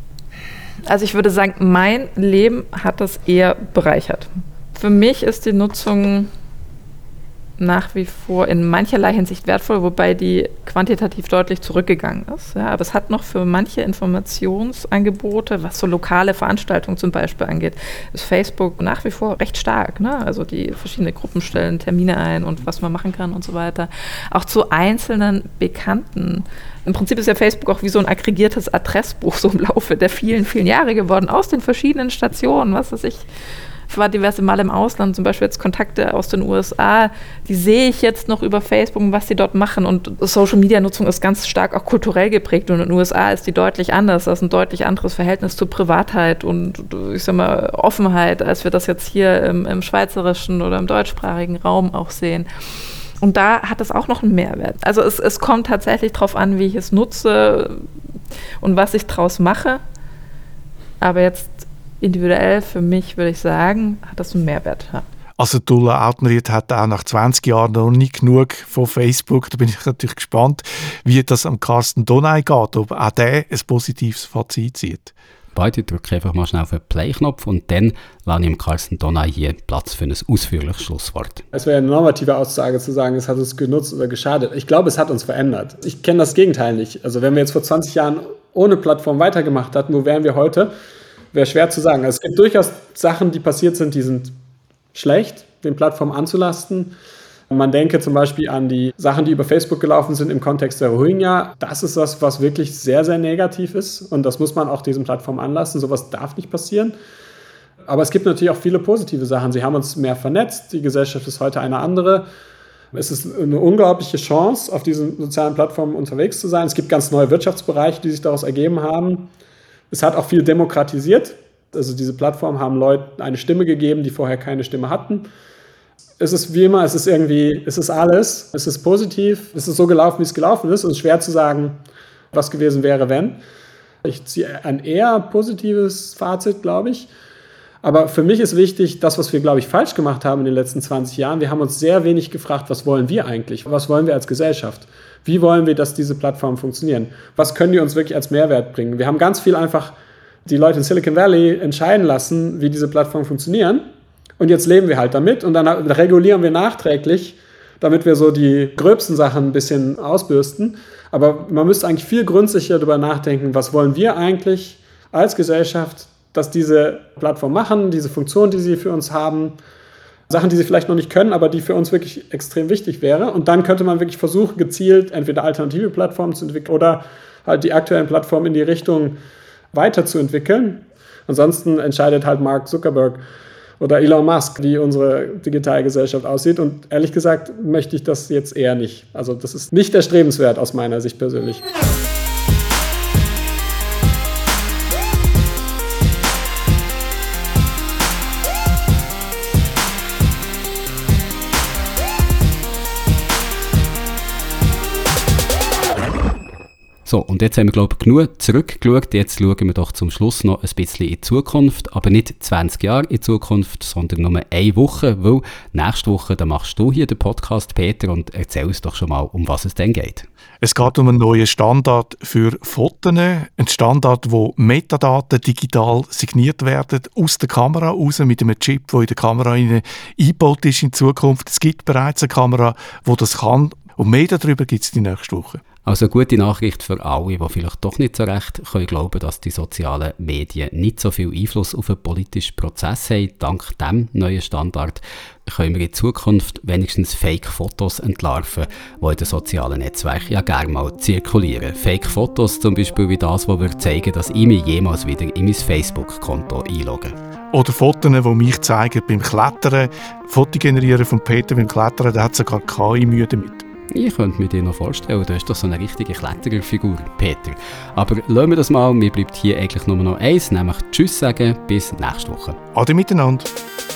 Also ich würde sagen, mein Leben hat das eher bereichert. Für mich ist die Nutzung nach wie vor in mancherlei Hinsicht wertvoll, wobei die quantitativ deutlich zurückgegangen ist. Ja, aber es hat noch für manche Informationsangebote, was so lokale Veranstaltungen zum Beispiel angeht, ist Facebook nach wie vor recht stark. Ne? Also die verschiedenen Gruppen stellen Termine ein und was man machen kann und so weiter. Auch zu einzelnen Bekannten. Im Prinzip ist ja Facebook auch wie so ein aggregiertes Adressbuch so im Laufe der vielen, vielen Jahre geworden, aus den verschiedenen Stationen, was weiß ich. Ich war diverse Mal im Ausland, zum Beispiel jetzt Kontakte aus den USA, die sehe ich jetzt noch über Facebook, was sie dort machen. Und Social-Media-Nutzung ist ganz stark auch kulturell geprägt und in den USA ist die deutlich anders. Das ist ein deutlich anderes Verhältnis zur Privatheit und, ich sag mal, Offenheit, als wir das jetzt hier im schweizerischen oder im deutschsprachigen Raum auch sehen. Und da hat es auch noch einen Mehrwert. Also es kommt tatsächlich darauf an, wie ich es nutze und was ich draus mache. Aber jetzt individuell für mich, würde ich sagen, hat das einen Mehrwert. Ja. Also Ulla Outtenrieth hat auch nach 20 Jahren noch nicht genug von Facebook. Da bin ich natürlich gespannt, wie das am Carsten Donay geht, ob auch der ein positives Fazit zieht. Beide drücke einfach mal schnell auf den Play-Knopf und dann lasse ich dem Carsten Donay hier Platz für ein ausführliches Schlusswort. Es wäre eine normative Aussage zu sagen, es hat uns genutzt oder geschadet. Ich glaube, es hat uns verändert. Ich kenne das Gegenteil nicht. Also wenn wir jetzt vor 20 Jahren ohne Plattform weitergemacht hatten, wo wären wir heute? Wäre schwer zu sagen. Also es gibt durchaus Sachen, die passiert sind, die sind schlecht, den Plattformen anzulasten. Man denke zum Beispiel an die Sachen, die über Facebook gelaufen sind im Kontext der Rohingya. Das ist das, was wirklich sehr, sehr negativ ist. Und das muss man auch diesen Plattformen anlassen. Sowas darf nicht passieren. Aber es gibt natürlich auch viele positive Sachen. Sie haben uns mehr vernetzt. Die Gesellschaft ist heute eine andere. Es ist eine unglaubliche Chance, auf diesen sozialen Plattformen unterwegs zu sein. Es gibt ganz neue Wirtschaftsbereiche, die sich daraus ergeben haben. Es hat auch viel demokratisiert. Also diese Plattformen haben Leuten eine Stimme gegeben, die vorher keine Stimme hatten. Es ist wie immer, es ist alles. Es ist positiv. Es ist so gelaufen, wie es gelaufen ist. Und es ist schwer zu sagen, was gewesen wäre, wenn. Ich ziehe ein eher positives Fazit, glaube ich. Aber für mich ist wichtig, das, was wir, glaube ich, falsch gemacht haben in den letzten 20 Jahren. Wir haben uns sehr wenig gefragt, was wollen wir eigentlich? Was wollen wir als Gesellschaft? Wie wollen wir, dass diese Plattformen funktionieren? Was können die uns wirklich als Mehrwert bringen? Wir haben ganz viel einfach die Leute in Silicon Valley entscheiden lassen, wie diese Plattformen funktionieren. Und jetzt leben wir halt damit und dann regulieren wir nachträglich, damit wir so die gröbsten Sachen ein bisschen ausbürsten. Aber man müsste eigentlich viel gründlicher darüber nachdenken, was wollen wir eigentlich als Gesellschaft, dass diese Plattformen machen, diese Funktionen, die sie für uns haben, Sachen, die sie vielleicht noch nicht können, aber die für uns wirklich extrem wichtig wäre. Und dann könnte man wirklich versuchen, gezielt entweder alternative Plattformen zu entwickeln oder halt die aktuellen Plattformen in die Richtung weiterzuentwickeln. Ansonsten entscheidet halt Mark Zuckerberg oder Elon Musk, wie unsere Digitalgesellschaft aussieht. Und ehrlich gesagt möchte ich das jetzt eher nicht. Also das ist nicht erstrebenswert aus meiner Sicht persönlich. So, und jetzt haben wir, glaube ich, genug zurückgeschaut. Jetzt schauen wir doch zum Schluss noch ein bisschen in die Zukunft. Aber nicht 20 Jahre in die Zukunft, sondern nur eine Woche. Weil nächste Woche, da machst du hier den Podcast, Peter, und erzähl uns doch schon mal, um was es denn geht. Es geht um einen neuen Standard für Fotos. Ein Standard, wo Metadaten digital signiert werden, aus der Kamera raus, mit einem Chip, der in der Kamera eingebaut ist in Zukunft. Es gibt bereits eine Kamera, die das kann. Und mehr darüber gibt es die nächste Woche. Also eine gute Nachricht für alle, die vielleicht doch nicht so recht können glauben, dass die sozialen Medien nicht so viel Einfluss auf den politischen Prozess haben. Dank diesem neuen Standard können wir in Zukunft wenigstens Fake-Fotos entlarven, die in den sozialen Netzwerken ja gerne mal zirkulieren. Fake-Fotos zum Beispiel wie das, wo wir zeigen, dass ich mich jemals wieder in mein Facebook-Konto einlogge. Oder Fotos, die mich zeigen beim Klettern. Fotos generieren von Peter beim Klettern, der hat sogar keine Mühe damit. Ich könnte mir dir noch vorstellen, du bist doch so eine richtige Klettererfigur, Peter. Aber lassen wir das mal, mir bleibt hier eigentlich nur noch eins, nämlich Tschüss sagen, bis nächste Woche. Ade miteinander.